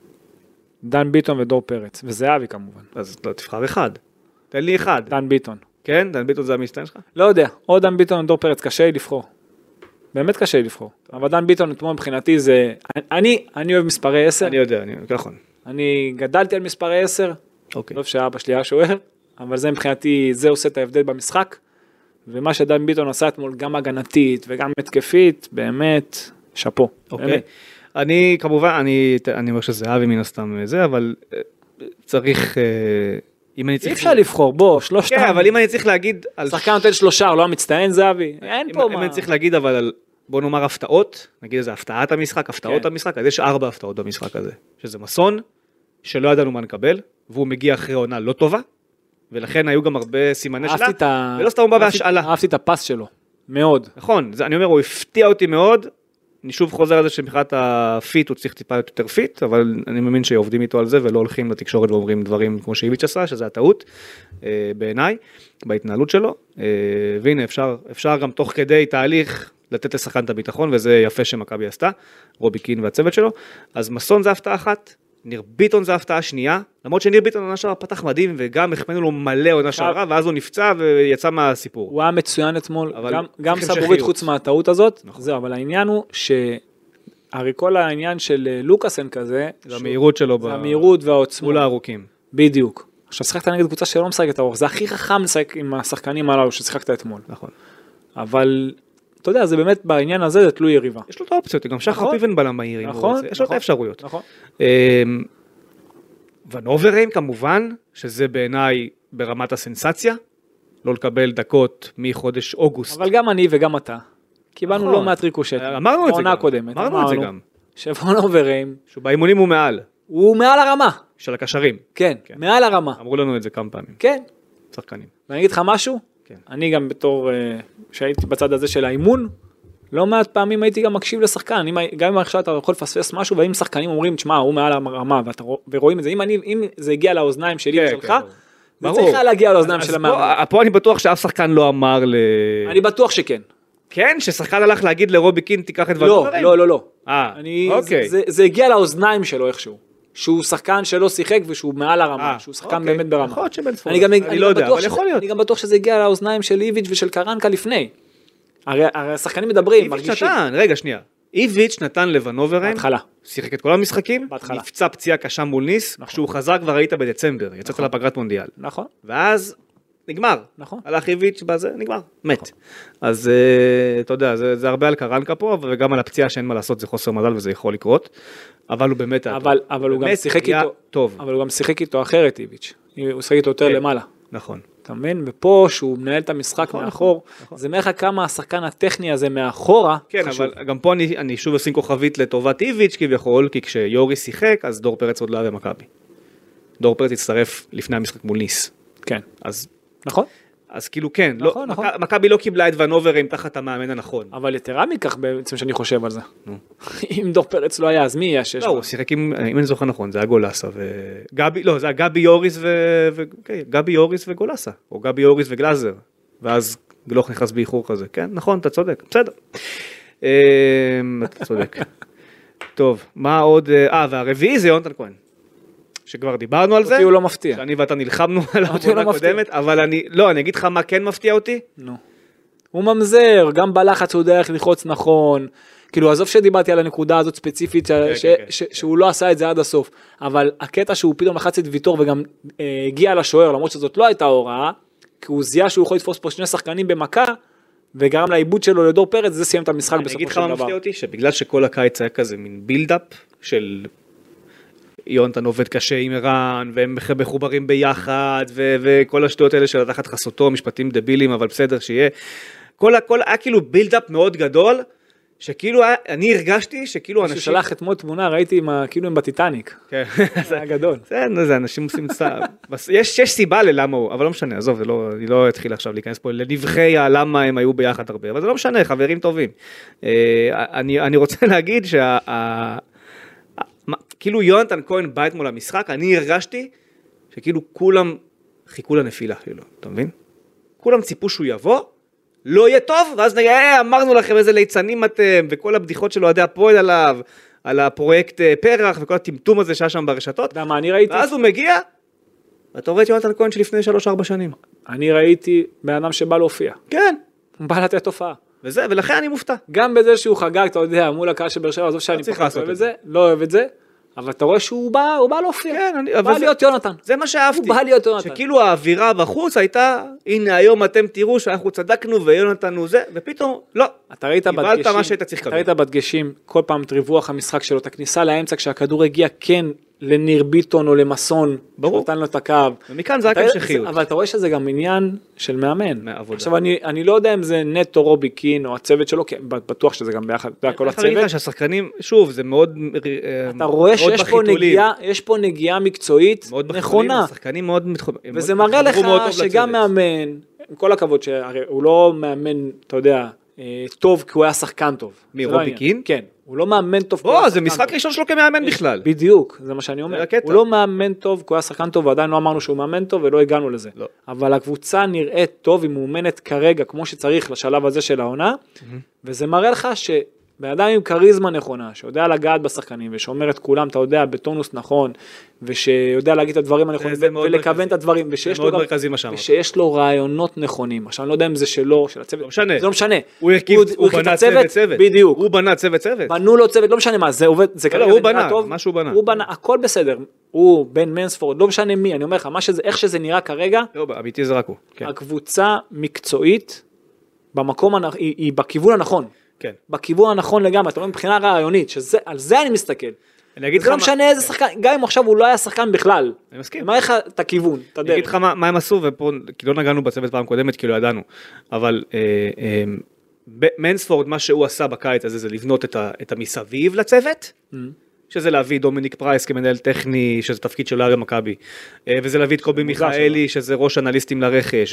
דן ביטון ודור פרץ, וזהבי כמובן. אז לא, תבחר אחד. תן לי אחד. דן ביטון. כן? דן ביטון זה המסתן שלך? לא יודע, או דן ביטון או דור פרץ, קשה לי לבחור. באמת קשה לבחור. אבל דן ביטון, אתמול מבחינתי זה, אני אוהב מספרי 10. אני יודע, נכון. אני גדלתי על מספרי 10, אוקיי. לא שאבא שלי היה שוער, אבל זה מבחינתי, זה עושה את ההבדל במשחק, ומה שדן ביטון עשה אתמול, גם הגנתית וגם התקפית, באמת, שפו. אוקיי. אני כמובן, אני אומר שזה אבי מן הסתם זה, אבל צריך, אם אני צריך... אי אפשר לבחור, בוא, שלושתם. כן, אבל אם אני צריך להגיד... שחקן נותן 3, לא המצטיין זה אבי, אין פה מה. אם אני צריך להגיד, אבל בוא נאמר הפתעות, נגיד איזה הפתעת המשחק, הפתעות המשחק, אז יש 4 הפתעות במשחק הזה, שזה מסון, שלא ידענו מה נקבל, והוא מגיע אחרי עונה לא טובה, ולכן היו גם הרבה סימני שלה, ולא סתם הוא בא בהשאלה. אהבתי את הפס שלו, מאוד. נכון, אני אומר, הוא הפתיע אותי מאוד, אני שוב חוזר על זה שמבחינת הפיט הוא צריך טיפה יותר פיט, אבל אני מאמין שעובדים איתו על זה, ולא הולכים לתקשורת ואומרים דברים כמו שאיביץ' עשה, שזה הטעות בעיניי, בהתנהלות שלו, והנה אפשר גם תוך כדי תהליך לתת לשחקן את הביטחון, וזה יפה שמכבי עשתה, רובי קין והצוות שלו, אז מסון זה הפתעה אחת, ניר ביטון זה הפתעה שנייה, למרות שניר ביטון עונה שעברה פתח מדהים, וגם החמאנו לו מלא עונה שעברה, ואז הוא נפצע ויצא מהסיפור. הוא היה מצוין אתמול, גם סבורית חוץ מהטעות הזאת, זהו, אבל העניין הוא הרי כל העניין של לוקאסן כזה, זה המהירות שלו, זה המהירות והעוצמה. מול הארוכים. בדיוק. עכשיו שחקת נגד קבוצה שלא משחקת ארוך, זה הכי חכם לשחק עם השחקנים הללו ששיחקת אתמול. נכון. אבל אתה יודע, זה באמת בעניין הזה, זה תלוי יריבה. יש לו את האופציות, גם שחר פיבן בלם מהיר, יש לו את האפשרויות. נכון. ונוברים כמובן, שזה בעיניי ברמת הסנסציה, לא לקבל דקות מחודש אוגוסט. אבל גם אני וגם אתה, קיבלנו לא מעט ריקושט. אמרנו את זה גם. אמרנו את זה גם. שוונוברים. שהוא באימונים הוא מעל. הוא מעל הרמה. של הקשרים. כן, מעל הרמה. אמרו לנו את זה כמה פעמים. כן. שחקנים. ואני אגיד לך משהו, אני גם בתור, שהייתי בצד הזה של האימון, לא מעט פעמים הייתי גם מקשיב לשחקן, גם אם עכשיו אתה יכול לפספס משהו, ואם שחקנים אומרים, תשמע, הוא מעל הרמה, ורואים את זה, אם זה הגיע לאוזניים שלי ושלך, זה צריך להגיע לאוזניים של המאמן. פה אני בטוח שאף שחקן לא אמר אני בטוח שכן. כן? ששחקן הלך להגיד לרובי קין, תיקח את ונוברים? לא. אוקיי. זה הגיע לאוזניים שלו איכשהו. שהוא שחקן שלא שיחק ושהוא מעל הרמה, שהוא שחקן באמת ברמה. יכול להיות שבן ספורט. אני לא יודע, אבל יכול להיות. אני גם בטוח שזה הגיע לאוזניים של איביץ' ושל קרנקה לפני. הרי השחקנים מדברים, מרגישים. רגע, שנייה. איביץ' נתן לוונוברים, בהתחלה. שיחק את כל המשחקים, בהתחלה. נפצע פציעה קשה מול ניס, כשהוא חזר כבר היית בדצמבר, יצאת לפגרת מונדיאל. נכון. ואז נגמר. נכון. הלך איביץ' בזה, נגמר. מת. אז אתה יודע, זה הרבה על קרנקה פה, וגם על הפציעה שאין מה לעשות, זה חוסר מזל וזה יכול לקרות. אבל הוא באמת אבל הוא גם שיחק איתו טוב. אבל הוא גם שיחק איתו אחרת איביץ'. הוא שיחק איתו יותר למעלה. נכון. אתה מבין? ופה שהוא מנהל את המשחק מאחור, זה מראה כמה השחקן הטכני הזה מאחורה. כן, אבל גם פה אני שוב אשים כוכבית לטובת איביץ' כביכול, כי כשיורי שיחק, אז דור פרץ עוד לא היה במכבי. דור פרץ הצטרף לפני המשחק מול ניס. כן. אז נכון. אז כאילו כן, מכבי לא קיבלה את ונוברים תחת המאמן הנכון. אבל יתרה מכך בעצם שאני חושב על זה. אם דור פרץ לא היה, אז מי יהיה שיש? לא, הוא שיחק עם, אם אני זוכר נכון, זה היה גולסה וגבי, לא, זה היה גבי יוריס גבי יוריס וגולסה, או גבי יוריס וגלאזר, ואז גלוך נכנס באיחור כזה, כן, נכון, אתה צודק, בסדר. אתה צודק. טוב, מה עוד, והרביעי זה יונתן כהן. שכבר דיברנו על זה, אותי הוא לא מפתיע. שאני ואתה נלחמנו על העבודה הקודמת, אבל אני אגיד לך מה כן מפתיע אותי. הוא ממזר, גם בלחץ הוא יודע איך ללחוץ נכון, כאילו עזוב שדיברתי על הנקודה הזאת ספציפית, שהוא לא עשה את זה עד הסוף, אבל הקטע שהוא פתאום לחץ את ויטור וגם הגיע לשוער, למרות שזאת לא הייתה הוראה, כי הוא זיהה שהוא יכול לתפוס פה שני שחקנים במכה, וגרם לאיבוד שלו לדור פרץ, זה סיים את המשחק בסופו של דבר. אני אגיד לך מה מפתיע אותי, שבגלל שכל הקיץ היה כזה מין בילדאפ של יונתן עובד קשה עם ערן, והם מחוברים ביחד, וכל השטויות האלה של תחת חסותו, משפטים דבילים, אבל בסדר שיהיה. כל היה כאילו בילדאפ מאוד גדול, שכאילו אני הרגשתי שכאילו אנשים... ששלח אתמול תמונה, ראיתי כאילו הם בטיטניק. כן. זה היה גדול. זה אנשים עושים סתם. יש סיבה ללמה הוא, אבל לא משנה, עזוב, אני לא אתחיל עכשיו להיכנס פה לנבחי למה הם היו ביחד הרבה, אבל זה לא משנה, חברים טובים. אני רוצה להגיד כאילו יונתן כהן בא אתמול למשחק, אני הרגשתי שכאילו כולם חיכו לנפילה, כאילו, אתה מבין? כולם ציפו שהוא יבוא, לא יהיה טוב, ואז נגיד, אמרנו לכם איזה ליצנים אתם, וכל הבדיחות של אוהדי הפועל עליו, על הפרויקט פרח, וכל הטמטום הזה שהיה שם ברשתות. למה, אני ראיתי... ואז הוא מגיע, ואתה רואה את יונתן כהן שלפני 3-4 שנים. אני ראיתי באדם שבא להופיע. כן. הוא בא לתת תופעה. וזה, ולכן אני מופתע. גם בזה שהוא חגג, אתה יודע, מול הקהל של באר שבע, עזוב שאני פחות אוהב את זה, לא אוהב את זה, אבל אתה רואה שהוא בא להופיע. כן, הוא בא להיות יונתן. זה מה שאהבתי. הוא בא להיות יונתן. שכאילו האווירה בחוץ הייתה, הנה היום אתם תראו שאנחנו צדקנו ויונתן הוא זה, ופתאום לא. אתה ראית קיבלת מה שהיית צריך אתה לקבל. ראית בדגשים, כל פעם את ריווח המשחק שלו, את הכניסה לאמצע כשהכדור הגיע כן לניר ביטון או למסון, ברור. שנתן לו את הקו. ומכאן זה רק המשכיות. אבל אתה רואה שזה גם עניין של מאמן. מעבודה. עכשיו אני לא יודע אם זה נטו רובי קין או הצוות שלו, כי בטוח שזה גם ביחד, אתה יודע, כל אני אגיד לך הצוות. שהשחקנים, שוב, זה מאוד אתה רואה שיש פה בחיתולים. יש פה נגיעה מקצועית מאוד בחיתולים, נכונה. השחקנים מאוד וזה מראה לך שגם מאמן, עם כל הכבוד שהרי הוא לא מאמן, אתה יודע, טוב כי הוא היה שחקן טוב. מי, זה לא רובי העניין. קין? כן, הוא לא מאמן טוב. כי הוא היה בוא, זה שחקן משחק טוב. ראשון שלו כמאמן בכלל. בדיוק, זה מה שאני אומר. זה הקטע. הוא לא מאמן טוב, כי הוא היה שחקן טוב, ועדיין לא אמרנו שהוא מאמן טוב, ולא הגענו לזה. לא. אבל הקבוצה נראית טוב, היא מאומנת כרגע, כמו שצריך לשלב הזה של העונה, וזה מראה לך שבן אדם עם כריזמה נכונה, שיודע לגעת בשחקנים, ושאומר את כולם, אתה יודע, בטונוס נכון, ושיודע להגיד את הדברים הנכונים, זה מאוד ולכוון מרכזי. את הדברים, זה מאוד מרכזי מה שאמרת. ושיש לו רעיונות נכונים. עכשיו, אני לא יודע אם זה שלו, של הצוות. לא משנה. זה לא משנה. הוא בנה צוות. בדיוק. הוא בנה צוות. בנו לו צוות, לא משנה מה, זה עובד, זה כרגע הוא נראה בנה, טוב. מה שהוא בנה. הוא בנה, הכל בסדר. הוא בן מנספורד, לא משנה מי, אני אומר לך, איך שזה נראה כרגע, לא, אמיתי זה רק הוא. כן. הקבוצה מקצועית, היא בכיוון הנכון. כן. בכיוון הנכון לגמרי, אתה אומר מבחינה רעיונית, על זה אני מסתכל. אני אגיד לך זה לא משנה איזה שחקן, גם אם עכשיו הוא לא היה שחקן בכלל. אני מסכים. מה לך את הכיוון, את אני אגיד הדרך. לך מה הם עשו, ופה, כי לא נגענו בצוות פעם קודמת, כי לא ידענו, אבל מנספורד, מה שהוא עשה בקיץ הזה, זה לבנות את המסביב לצוות, שזה להביא דומיניק פרייס כמנהל טכני, שזה תפקיד שלו הרי מכבי, וזה להביא את קובי מיכאלי, שזה ראש אנליסטים לרכש,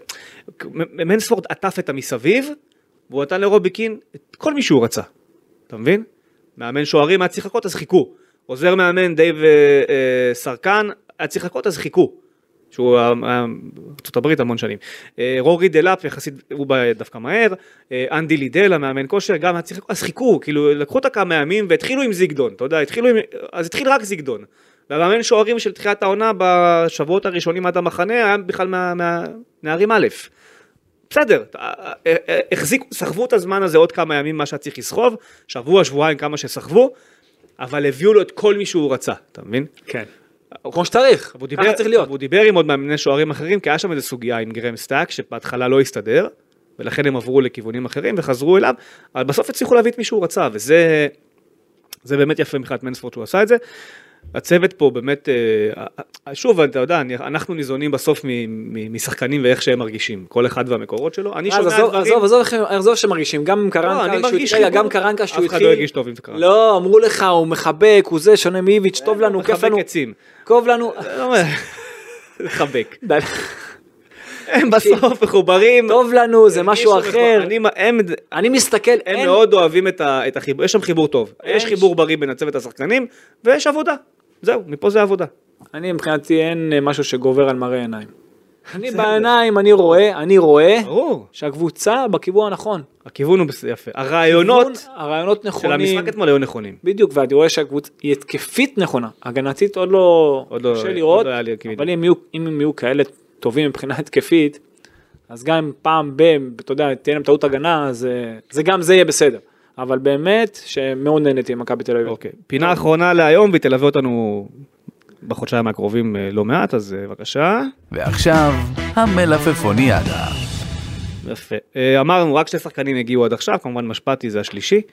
מנספורד עטף את המסביב, והוא נתן לרובי קין את כל מי שהוא רצה, אתה מבין? מאמן שוערים היה צריך לחכות, אז חיכו. עוזר מאמן דייב סרקן, היה צריך לחכות, אז חיכו. שהוא ארצות הברית המון שנים. רורי דלאפ, יחסית, הוא בא דווקא מהר, אנדי לידל, המאמן כושר, גם היה צריך לחכות, אז חיכו, כאילו לקחו את כמה ימים, והתחילו עם זיגדון, אתה יודע, אז התחיל רק זיגדון. והמאמן שוערים של תחילת העונה, בשבועות הראשונים עד המחנה, היה בכלל מהנערים א'. בסדר, סחבו את הזמן הזה עוד כמה ימים מה שצריך לסחוב, שבוע, שבועיים כמה שסחבו, אבל הביאו לו את כל מי שהוא רצה, אתה מבין? כן. כמו שצריך, ככה צריך להיות. הוא דיבר עם עוד מאמני שוערים אחרים, כי היה שם איזו סוגיה עם גרם סטאק, שבהתחלה לא הסתדר, ולכן הם עברו לכיוונים אחרים וחזרו אליו, אבל בסוף הצליחו להביא את מי שהוא רצה, וזה באמת יפה מבחינת מנספורד שהוא עשה את זה. הצוות פה באמת, שוב, אתה יודע, אנחנו ניזונים בסוף משחקנים ואיך שהם מרגישים, כל אחד והמקורות שלו. אני שומע דברים... עזוב שמרגישים, גם קרנקה שהוא התחיל... אף אחד לא הרגיש טוב עם קרנקה. לא, אמרו לך, הוא מחבק, הוא זה, שונה מאיביץ', טוב לנו, כיף לנו. מחבק עצים. טוב לנו. לחבק. הם בסוף מחוברים. טוב לנו, זה משהו אחר. אני מסתכל, הם מאוד אוהבים את החיבור, יש שם חיבור טוב. יש חיבור בריא בין הצוות השחקנים, ויש עבודה. זהו, מפה זה עבודה. אני מבחינתי אין משהו שגובר על מראה עיניים. אני בעיניים, אני רואה שהקבוצה בכיוון הנכון. הכיוון הוא יפה. הרעיונות נכונים. של המשחק אתמול היו נכונים. בדיוק, ואני רואה שהקבוצה היא התקפית נכונה. הגנתית עוד לא קשה לראות, אבל אם הם יהיו כאלה טובים מבחינה התקפית, אז גם אם פעם אתה יודע, תהיה להם טעות הגנה, זה גם זה יהיה בסדר. אבל באמת שמאוד נהניתי עם מכבי תל אביב. אוקיי. פינה אחרונה להיום, והיא תלווה אותנו בחודשיים הקרובים לא מעט, אז בבקשה. ועכשיו, המלפפוניאדה. יפה. אמרנו, רק שני שחקנים הגיעו עד עכשיו, כמובן משפטי זה השלישי,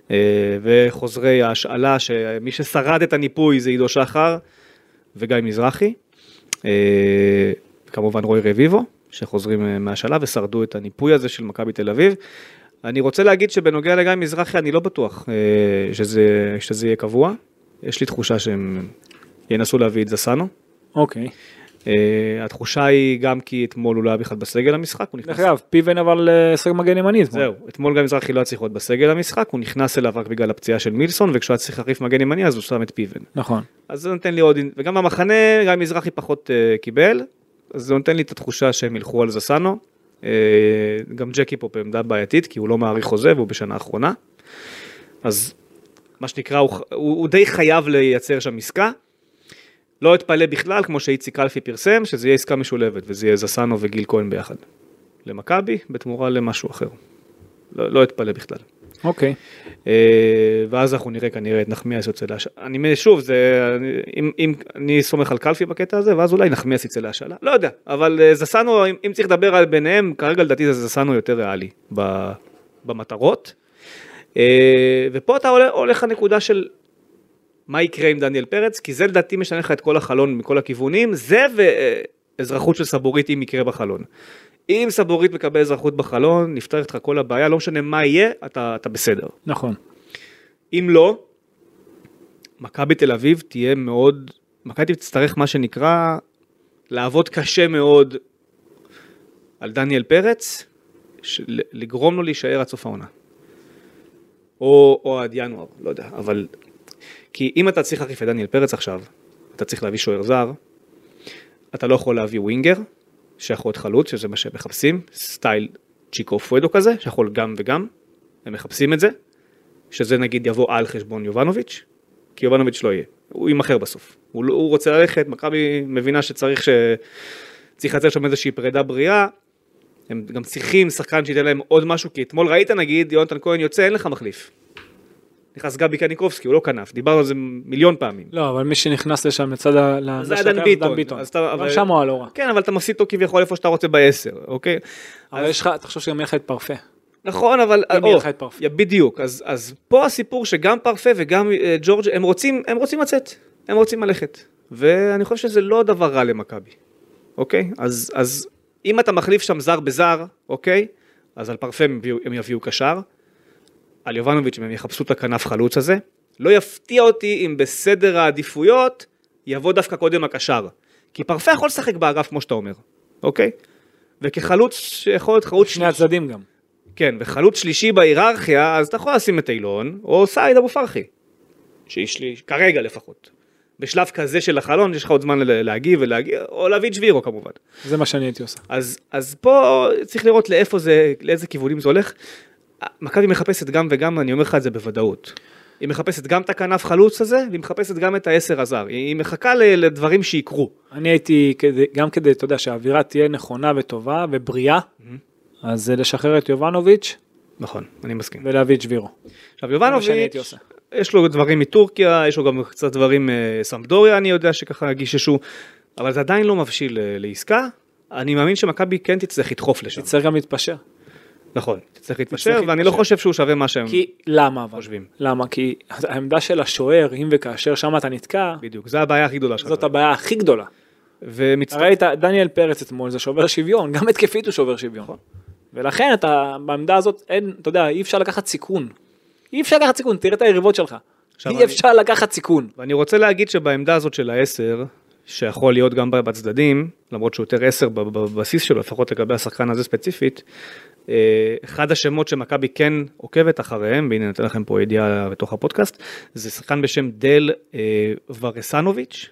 וחוזרי ההשאלה, שמי ששרד את הניפוי זה עידו שחר, וגיא מזרחי, כמובן רוי רביבו, שחוזרים מהשאלה ושרדו את הניפוי הזה של מכבי תל אביב. אני רוצה להגיד שבנוגע לגיא מזרחי, אני לא בטוח שזה יהיה קבוע, יש לי תחושה שהם ינסו להביא את זסנו. אוקיי. התחושה היא גם כי אתמול הוא לא היה בכלל בסגל המשחק. דרך אגב, פיבן אבל שחק מגן ימני. זהו, אתמול גיא מזרחי לא צריך להיות בסגל המשחק, הוא נכנס אליו רק בגלל הפציעה של מילסון, וכשהוא היה צריך להחליף מגן ימני אז הוא שם את פיבן. נכון. אז זה נותן לי עוד, וגם במחנה גיא מזרחי פחות קיבל, אז זה נותן לי את התחושה שהם ילכו על זסנו. גם ג'קי פה בעמדה בעייתית, כי הוא לא מעריך חוזה והוא בשנה האחרונה. אז מה שנקרא, הוא די חייב לייצר שם עסקה. לא התפלא בכלל, כמו שאיציק קלפי פרסם, שזה יהיה עסקה משולבת, וזה יהיה זסנו וגיל כהן ביחד. למכבי, בתמורה למשהו אחר. לא אתפלא בכלל. אוקיי. ואז אנחנו נראה כנראה את נחמיאס יוצא להשאלה. אני שוב, אם אני סומך על קלפי בקטע הזה, ואז אולי נחמיאס יצא להשאלה. לא יודע, אבל זסנו, אם צריך לדבר על ביניהם, כרגע לדעתי זה זסנו יותר ריאלי במטרות. ופה אתה הולך לנקודה של מה יקרה עם דניאל פרץ, כי זה לדעתי משנה לך את כל החלון מכל הכיוונים, זה ואזרחות של סבורית אם יקרה בחלון. אם סבורית מקבל אזרחות בחלון, נפתר לך כל הבעיה, לא משנה מה יהיה, אתה בסדר. נכון. אם לא, מכבי תל אביב תהיה מאוד, מכבי תצטרך מה שנקרא, לעבוד קשה מאוד על דניאל פרץ, לגרום לו להישאר עד סוף העונה. או עד ינואר, לא יודע, אבל, כי אם אתה צריך להחליף את דניאל פרץ עכשיו, אתה צריך להביא שוער זר, אתה לא יכול להביא ווינגר, שיכול להיות חלוץ, שזה מה שהם מחפשים, סטייל צ'יקו פואדו כזה, שיכול גם וגם, הם מחפשים את זה, שזה נגיד יבוא על חשבון יובנוביץ', כי יובנוביץ' לא יהיה, הוא יימחר בסוף, הוא רוצה ללכת, מכבי מבינה שצריך לצאת שם איזושהי פרידה בריאה, הם גם צריכים שחקן שייתן להם עוד משהו, כי אתמול ראית נגיד, יונתן כהן יוצא, אין לך מחליף. נכנס גבי קניקובסקי, הוא לא כנף, דיברנו על זה מיליון פעמים. לא, אבל מי שנכנס לשם לצד זה היה דן ביטון. אבל שם הוא לא רע. כן, אבל אתה מפסיד אותו כביכול איפה שאתה רוצה ב10, אוקיי? אבל יש לך, תחשוב שגם יהיה לך את פרפה. נכון, אבל... אם יהיה לך את פרפה. בדיוק, אז פה הסיפור שגם פרפה וגם ג'ורג' הם רוצים לצאת, הם רוצים ללכת. ואני חושב שזה לא דבר רע למכבי, אוקיי? אז אם אתה מחליף שם זר בזר, אוקיי? אז על פרפה הם יביאו קשר. על יובנוביץ' הם יחפשו את הכנף חלוץ הזה, לא יפתיע אותי אם בסדר העדיפויות יבוא דווקא קודם הקשר, כי פרפה יכול לשחק באגף כמו שאתה אומר, אוקיי? וכחלוץ שיכול להיות חלוץ שני הצדדים גם. כן, וחלוץ שלישי בהיררכיה, אז אתה יכול לשים את אילון, או סעיד אבו פרחי, שיש לי כרגע לפחות. בשלב כזה של החלון, יש לך עוד זמן להגיב ולהגיב, או להביא את שבירו כמובן. זה מה שאני הייתי עושה. אז פה צריך לראות לאיזה כיוונים זה הולך. מכבי מחפשת גם וגם, אני אומר לך את זה בוודאות. היא מחפשת גם את הכנף חלוץ הזה, והיא מחפשת גם את ה10 הזר. היא מחכה לדברים שיקרו. אני הייתי, גם כדי, אתה יודע, שהאווירה תהיה נכונה וטובה ובריאה, אז לשחרר את יובנוביץ'. נכון, אני מסכים. ולהביא את שבירו. עכשיו, יובנוביץ', יש לו דברים מטורקיה, יש לו גם קצת דברים סמפדוריה, אני יודע שככה גיששו, אבל זה עדיין לא מבשיל לעסקה. אני מאמין שמכבי כן תצטרך לדחוף לשם. תצטרך גם להתפשר. נכון, תצטרך להתפשר, ואני לא חושב שהוא שווה מה שהם חושבים. למה? כי העמדה של השוער, אם וכאשר שם אתה נתקע, בדיוק, זה הבעיה הכי גדולה שלך. זאת הבעיה הכי גדולה. ראית, דניאל פרץ אתמול, זה שובר שוויון, גם התקפית הוא שובר שוויון. ולכן בעמדה הזאת, אתה יודע, אי אפשר לקחת סיכון. אי אפשר לקחת סיכון, תראה את היריבות שלך. אי אפשר לקחת סיכון. ואני רוצה להגיד שבעמדה הזאת של ה10, שיכול להיות גם בצדדים, למרות שהוא יותר 10 בבסיס שלו, לפחות לגבי השחקן הזה ספציפית, אחד השמות שמכבי כן עוקבת אחריהם, והנה נתן לכם פה ידיעה בתוך הפודקאסט, זה שחקן בשם דל ורסנוביץ',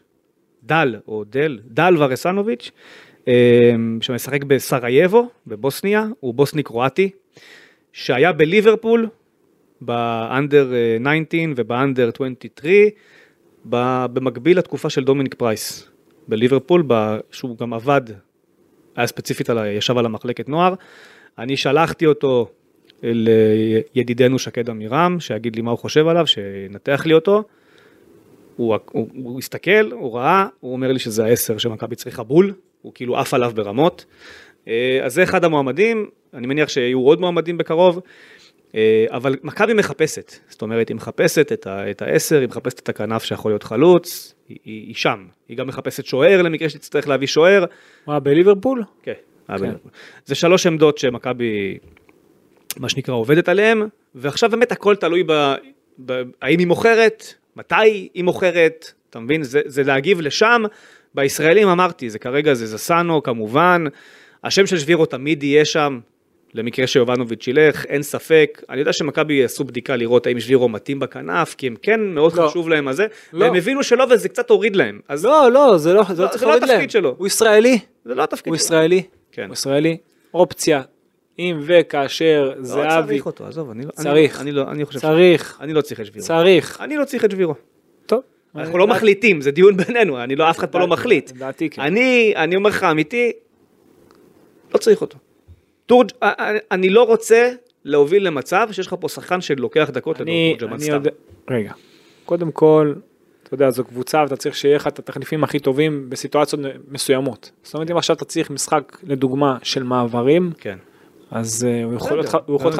דל ורסנוביץ', שמשחק בסרייבו, בבוסניה, הוא בוסני קרואטי, שהיה בליברפול, באנדר 19 ובאנדר 23, במקביל לתקופה של דומיניק פרייס, בליברפול, שהוא גם עבד, היה ספציפית, ישב על המחלקת נוער, אני שלחתי אותו לידידנו שקד אמירם, שיגיד לי מה הוא חושב עליו, שנתח לי אותו, הוא הסתכל, הוא ראה, הוא אומר לי שזה 10 שמכבי צריכה בול, הוא כאילו עף עליו ברמות, אז זה אחד המועמדים, אני מניח שיהיו עוד מועמדים בקרוב, אבל מכבי מחפשת, זאת אומרת, היא מחפשת את ה10, היא מחפשת את הכנף שיכול להיות חלוץ, היא שם, היא גם מחפשת שוער, למקרה שתצטרך להביא שוער. מה, בליברפול? כן. זה 3 עמדות שמכבי, מה שנקרא, עובדת עליהן, ועכשיו באמת הכל תלוי האם היא מוכרת, מתי היא מוכרת, אתה מבין? זה להגיב לשם, בישראלים אמרתי, זה כרגע זה זסנו כמובן, השם של שבירו תמיד יהיה שם, למקרה שיובנוביץ' ילך, אין ספק, אני יודע שמכבי יעשו בדיקה לראות האם שבירו מתאים בכנף, כי הם כן מאוד חשוב להם הזה, והם הבינו שלא וזה קצת הוריד להם. לא, זה לא צריך להוריד להם. התפקיד שלו. הוא ישראלי. זה לא התפקיד שלו. הוא ישראלי. כן. הוא ישראלי. אופציה. אם וכאשר זהבי. לא צריך אותו, עזוב, צריך. אני חושב צריך. אני לא צריך את שבירו. צריך. אני לא צריך את שבירו. טוב. אנחנו לא מחליטים, זה דיון בינינו, אף אחד פה לא מחליט. דעתי כן. אני אומר לך אמיתי, לא צריך אותו. אני לא רוצה להוביל למצב שיש לך פה שחקן שלוקח דקות לדורטמונד סתם. רגע, קודם כל, אתה יודע, זו קבוצה ואתה צריך שיהיה לך את התחליפים הכי טובים בסיטואציות מסוימות. זאת אומרת, אם עכשיו אתה צריך משחק לדוגמה של מעברים, כן. אז הוא יכול להיות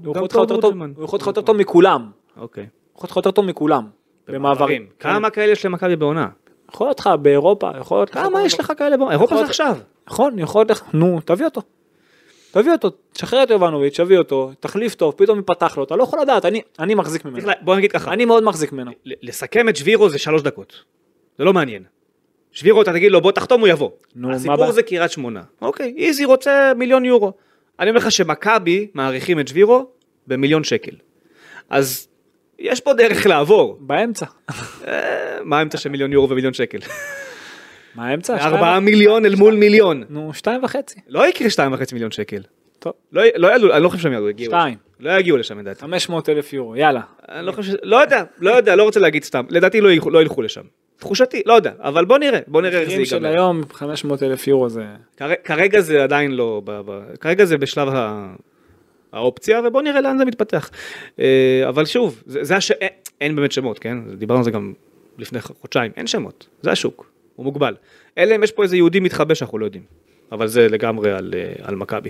לך יותר טוב מכולם. אוקיי. יכול להיות לך יותר טוב מכולם. במעברים. כמה כאלה יש למכבי בעונה? יכול להיות לך באירופה, כמה יש לך כאלה בעונה? אירופה זה עכשיו. נכון, יכול להיות לך, נו, תביא אותו, תשחרר את יובנוביץ', תביא אותו, תחליף טוב, פתאום יפתח לו, אתה לא יכול לדעת, אני מחזיק ממנו. בוא נגיד ככה. אני מאוד מחזיק ממנו. לסכם את שבירו זה 3 דקות. זה לא מעניין. שבירו, אתה תגיד לו, בוא תחתום, הוא יבוא. הסיפור זה קריית שמונה. אוקיי, איזי רוצה 1,000,000 יורו. אני אומר לך שמכבי מעריכים את שבירו ב1,000,000 שקל. אז יש פה דרך לעבור. באמצע. מה האמצע של 1,000,000 יורו ו1,000,000 שקל? מה האמצע? 4 מיליון אל מול 1,000,000. נו, 2.5. לא יקרה 2.5 מיליון שקל. טוב. לא יעלו, אני לא חושב שהם יעלו, הגיעו. 2. לא יגיעו לשם, לדעתי. 500,000 יורו, יאללה. אני לא יודע, לא רוצה להגיד סתם. לדעתי לא ילכו לשם. תחושתי, לא יודע, אבל בוא נראה איך זה מחירים של ייגמר. היום, 500,000 יורו זה... כרגע זה עדיין לא, כרגע זה בשלב האופציה, ובוא נראה לאן זה מתפתח. אבל שוב, אין באמת שמות, כן? דיברנו על זה גם לפני חודשיים, אין שמות, זה השוק, הוא מוגבל. אלא אם יש פה איזה יהודי מתחבא שאנחנו לא יודעים, אבל זה לגמרי על מכבי.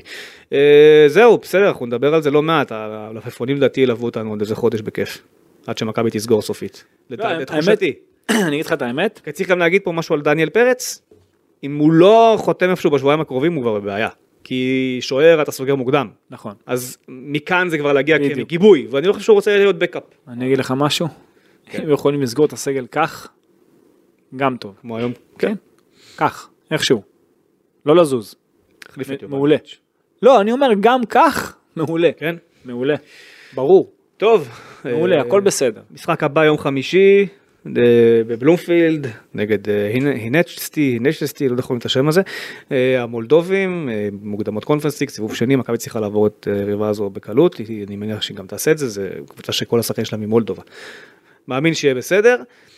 זהו, בסדר, אנחנו נדבר על זה לא מעט, הלפפונים לדעתי ילוו אותנו עוד איזה חודש בכיף, עד שמכבי תסגור סופית. לתחושתי. אני אגיד לך את האמת. כי צריך גם להגיד פה משהו על דניאל פרץ, אם הוא לא חותם איפשהו בשבועיים הקרובים, הוא כבר בבעיה. כי שוער אתה סוגר מוקדם. נכון. אז מכאן זה כבר להגיע כגיבוי, ואני לא חושב שהוא רוצה להיות בקאפ. אני אגיד לך משהו, אם יכולים לסגור את הסגל כך, גם טוב. כמו היום. כן, כך, איכשהו. לא לזוז. מעולה. מעולה. לא, אני אומר גם כך, מעולה. כן? מעולה. ברור. טוב. מעולה, הכל בסדר. משחק הבא יום חמישי, בבלומפילד, נגד הינצ'סטי, לא יודע את השם הזה, המולדובים, מוקדמות קונפרנס ליג, סיבוב שני, מכבי צריכה לעבור את ריבה הזו בקלות, אני מניח שהיא גם תעשה את זה, זה קבוצה שכל השחקנים שלה ממולדובה. מאמין שיהיה בסדר,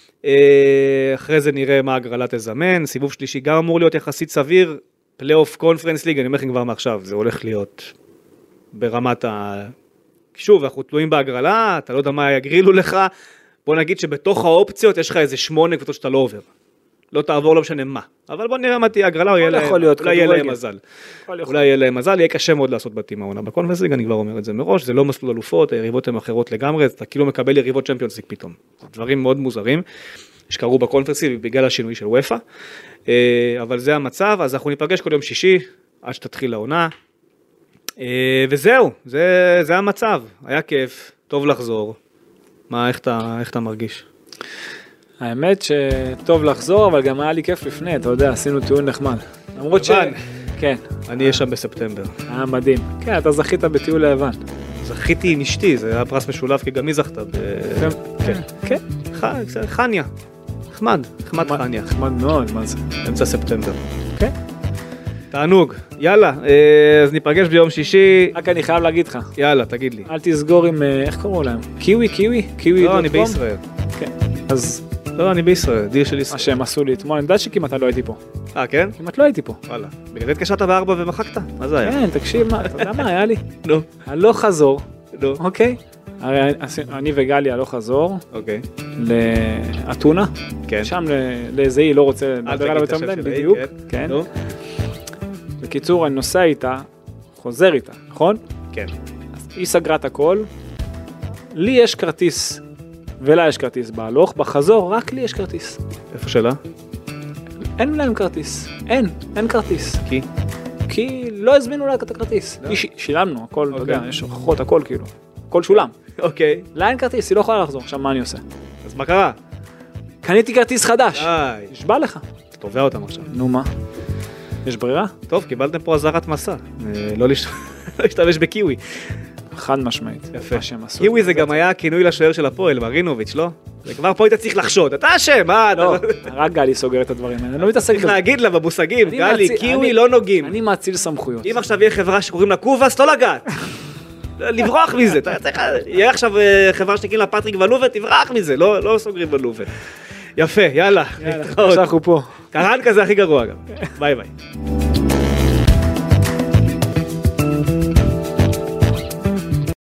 אחרי זה נראה מה הגרלה תזמן, סיבוב שלישי גם אמור להיות יחסית סביר, פלייאוף קונפרנס ליג, אני אומר לכם כבר מעכשיו, זה הולך להיות ברמת שוב, אנחנו תלויים בהגרלה, אתה לא יודע מה יגרילו לך, בוא נגיד שבתוך האופציות יש לך איזה 8 קבוצות שאתה לא עובר. לא תעבור, לא משנה מה. אבל בוא נראה מה תהיה הגרלה, אולי יהיה להם מזל. אולי יהיה להם מזל, יהיה קשה מאוד לעשות בתים העונה. בקונפרנס ליג אני כבר אומר את זה מראש, זה לא מסלול אלופות, היריבות הן אחרות לגמרי, אתה כאילו מקבל יריבות צ'מפיונס ליג פתאום. דברים מאוד מוזרים, שקרו בקונפרנס ליג בגלל השינוי של וופא. אבל זה המצב, אז אנחנו ניפגש כל יום שישי, עד שתתחיל העונה. וזהו, זה המצב. היה כיף, טוב לחזור. איך אתה מרגיש? האמת שטוב לחזור, אבל גם היה לי כיף לפני, אתה יודע, עשינו טיעון נחמד. למרות כן. אני אהיה שם בספטמבר. היה מדהים. כן, אתה זכית בטיול ליוון. זכיתי עם אשתי, זה היה פרס משולב, כי גם היא זכתה. כן. חניה. נחמד חניה. נחמד מאוד, מה זה? אמצע ספטמבר. כן. תענוג. יאללה, אז ניפגש ביום שישי. רק אני חייב להגיד לך. יאללה, תגיד לי. אל תסגור עם, איך קראו להם? קיווי? לא, אני בישראל. כן. אז... לא, אני בישראל, דיר של ישראל. מה שהם עשו לי אתמול, אני יודע שכמעט לא הייתי פה. כן? כמעט לא הייתי פה. וואלה. בגלל זה התקשרת ב4 ומחקת? מה זה היה? כן, תקשיב מה, אתה יודע מה היה לי? נו. הלוך חזור. נו. אוקיי? אני וגלי הלוך חזור. אוקיי. לאתונה. כן. שם לאיזה היא לא רוצה לדבר עליו יותר מדי, בדיוק. כן. בקיצור, אני נוסע איתה, חוזר איתה, נכון? כן. אז היא סגרה את הכל, לי יש כרטיס, ולה יש כרטיס בהלוך, בחזור רק לי יש כרטיס. איפה שלה? אין להם כרטיס, אין כרטיס. כי לא הזמינו לה את הכרטיס. שילמנו, הכל, אתה יודע, יש הוכחות, הכל כאילו, הכל שולם. אוקיי. לה אין כרטיס, היא לא יכולה לחזור, עכשיו מה אני עושה? אז מה קרה? קניתי כרטיס חדש. נשבע לך. אתה תובע אותם עכשיו. נו מה? יש ברירה? טוב, קיבלתם פה עזרת מסע, לא להשתמש בקיווי. חד משמעית. יפה. קיווי זה גם היה כינוי לשוער של הפועל, מרינוביץ', לא? זה כבר פה היית צריך לחשוד, אתה אשם, מה? לא, רק גלי סוגר את הדברים האלה, אני לא מתעסק. צריך להגיד לה במושגים, גלי, קיווי לא נוגעים. אני מאציל סמכויות. אם עכשיו יהיה חברה שקוראים לה קובס, לא לגעת. לברוח מזה, יהיה עכשיו חברה שתקים לה פטריק ולובר, תברח מזה, לא סוגרים ולובר. יפה, יאללה. עכשיו אנחנו פה. קרן כזה הכי גרוע גם. ביי ביי.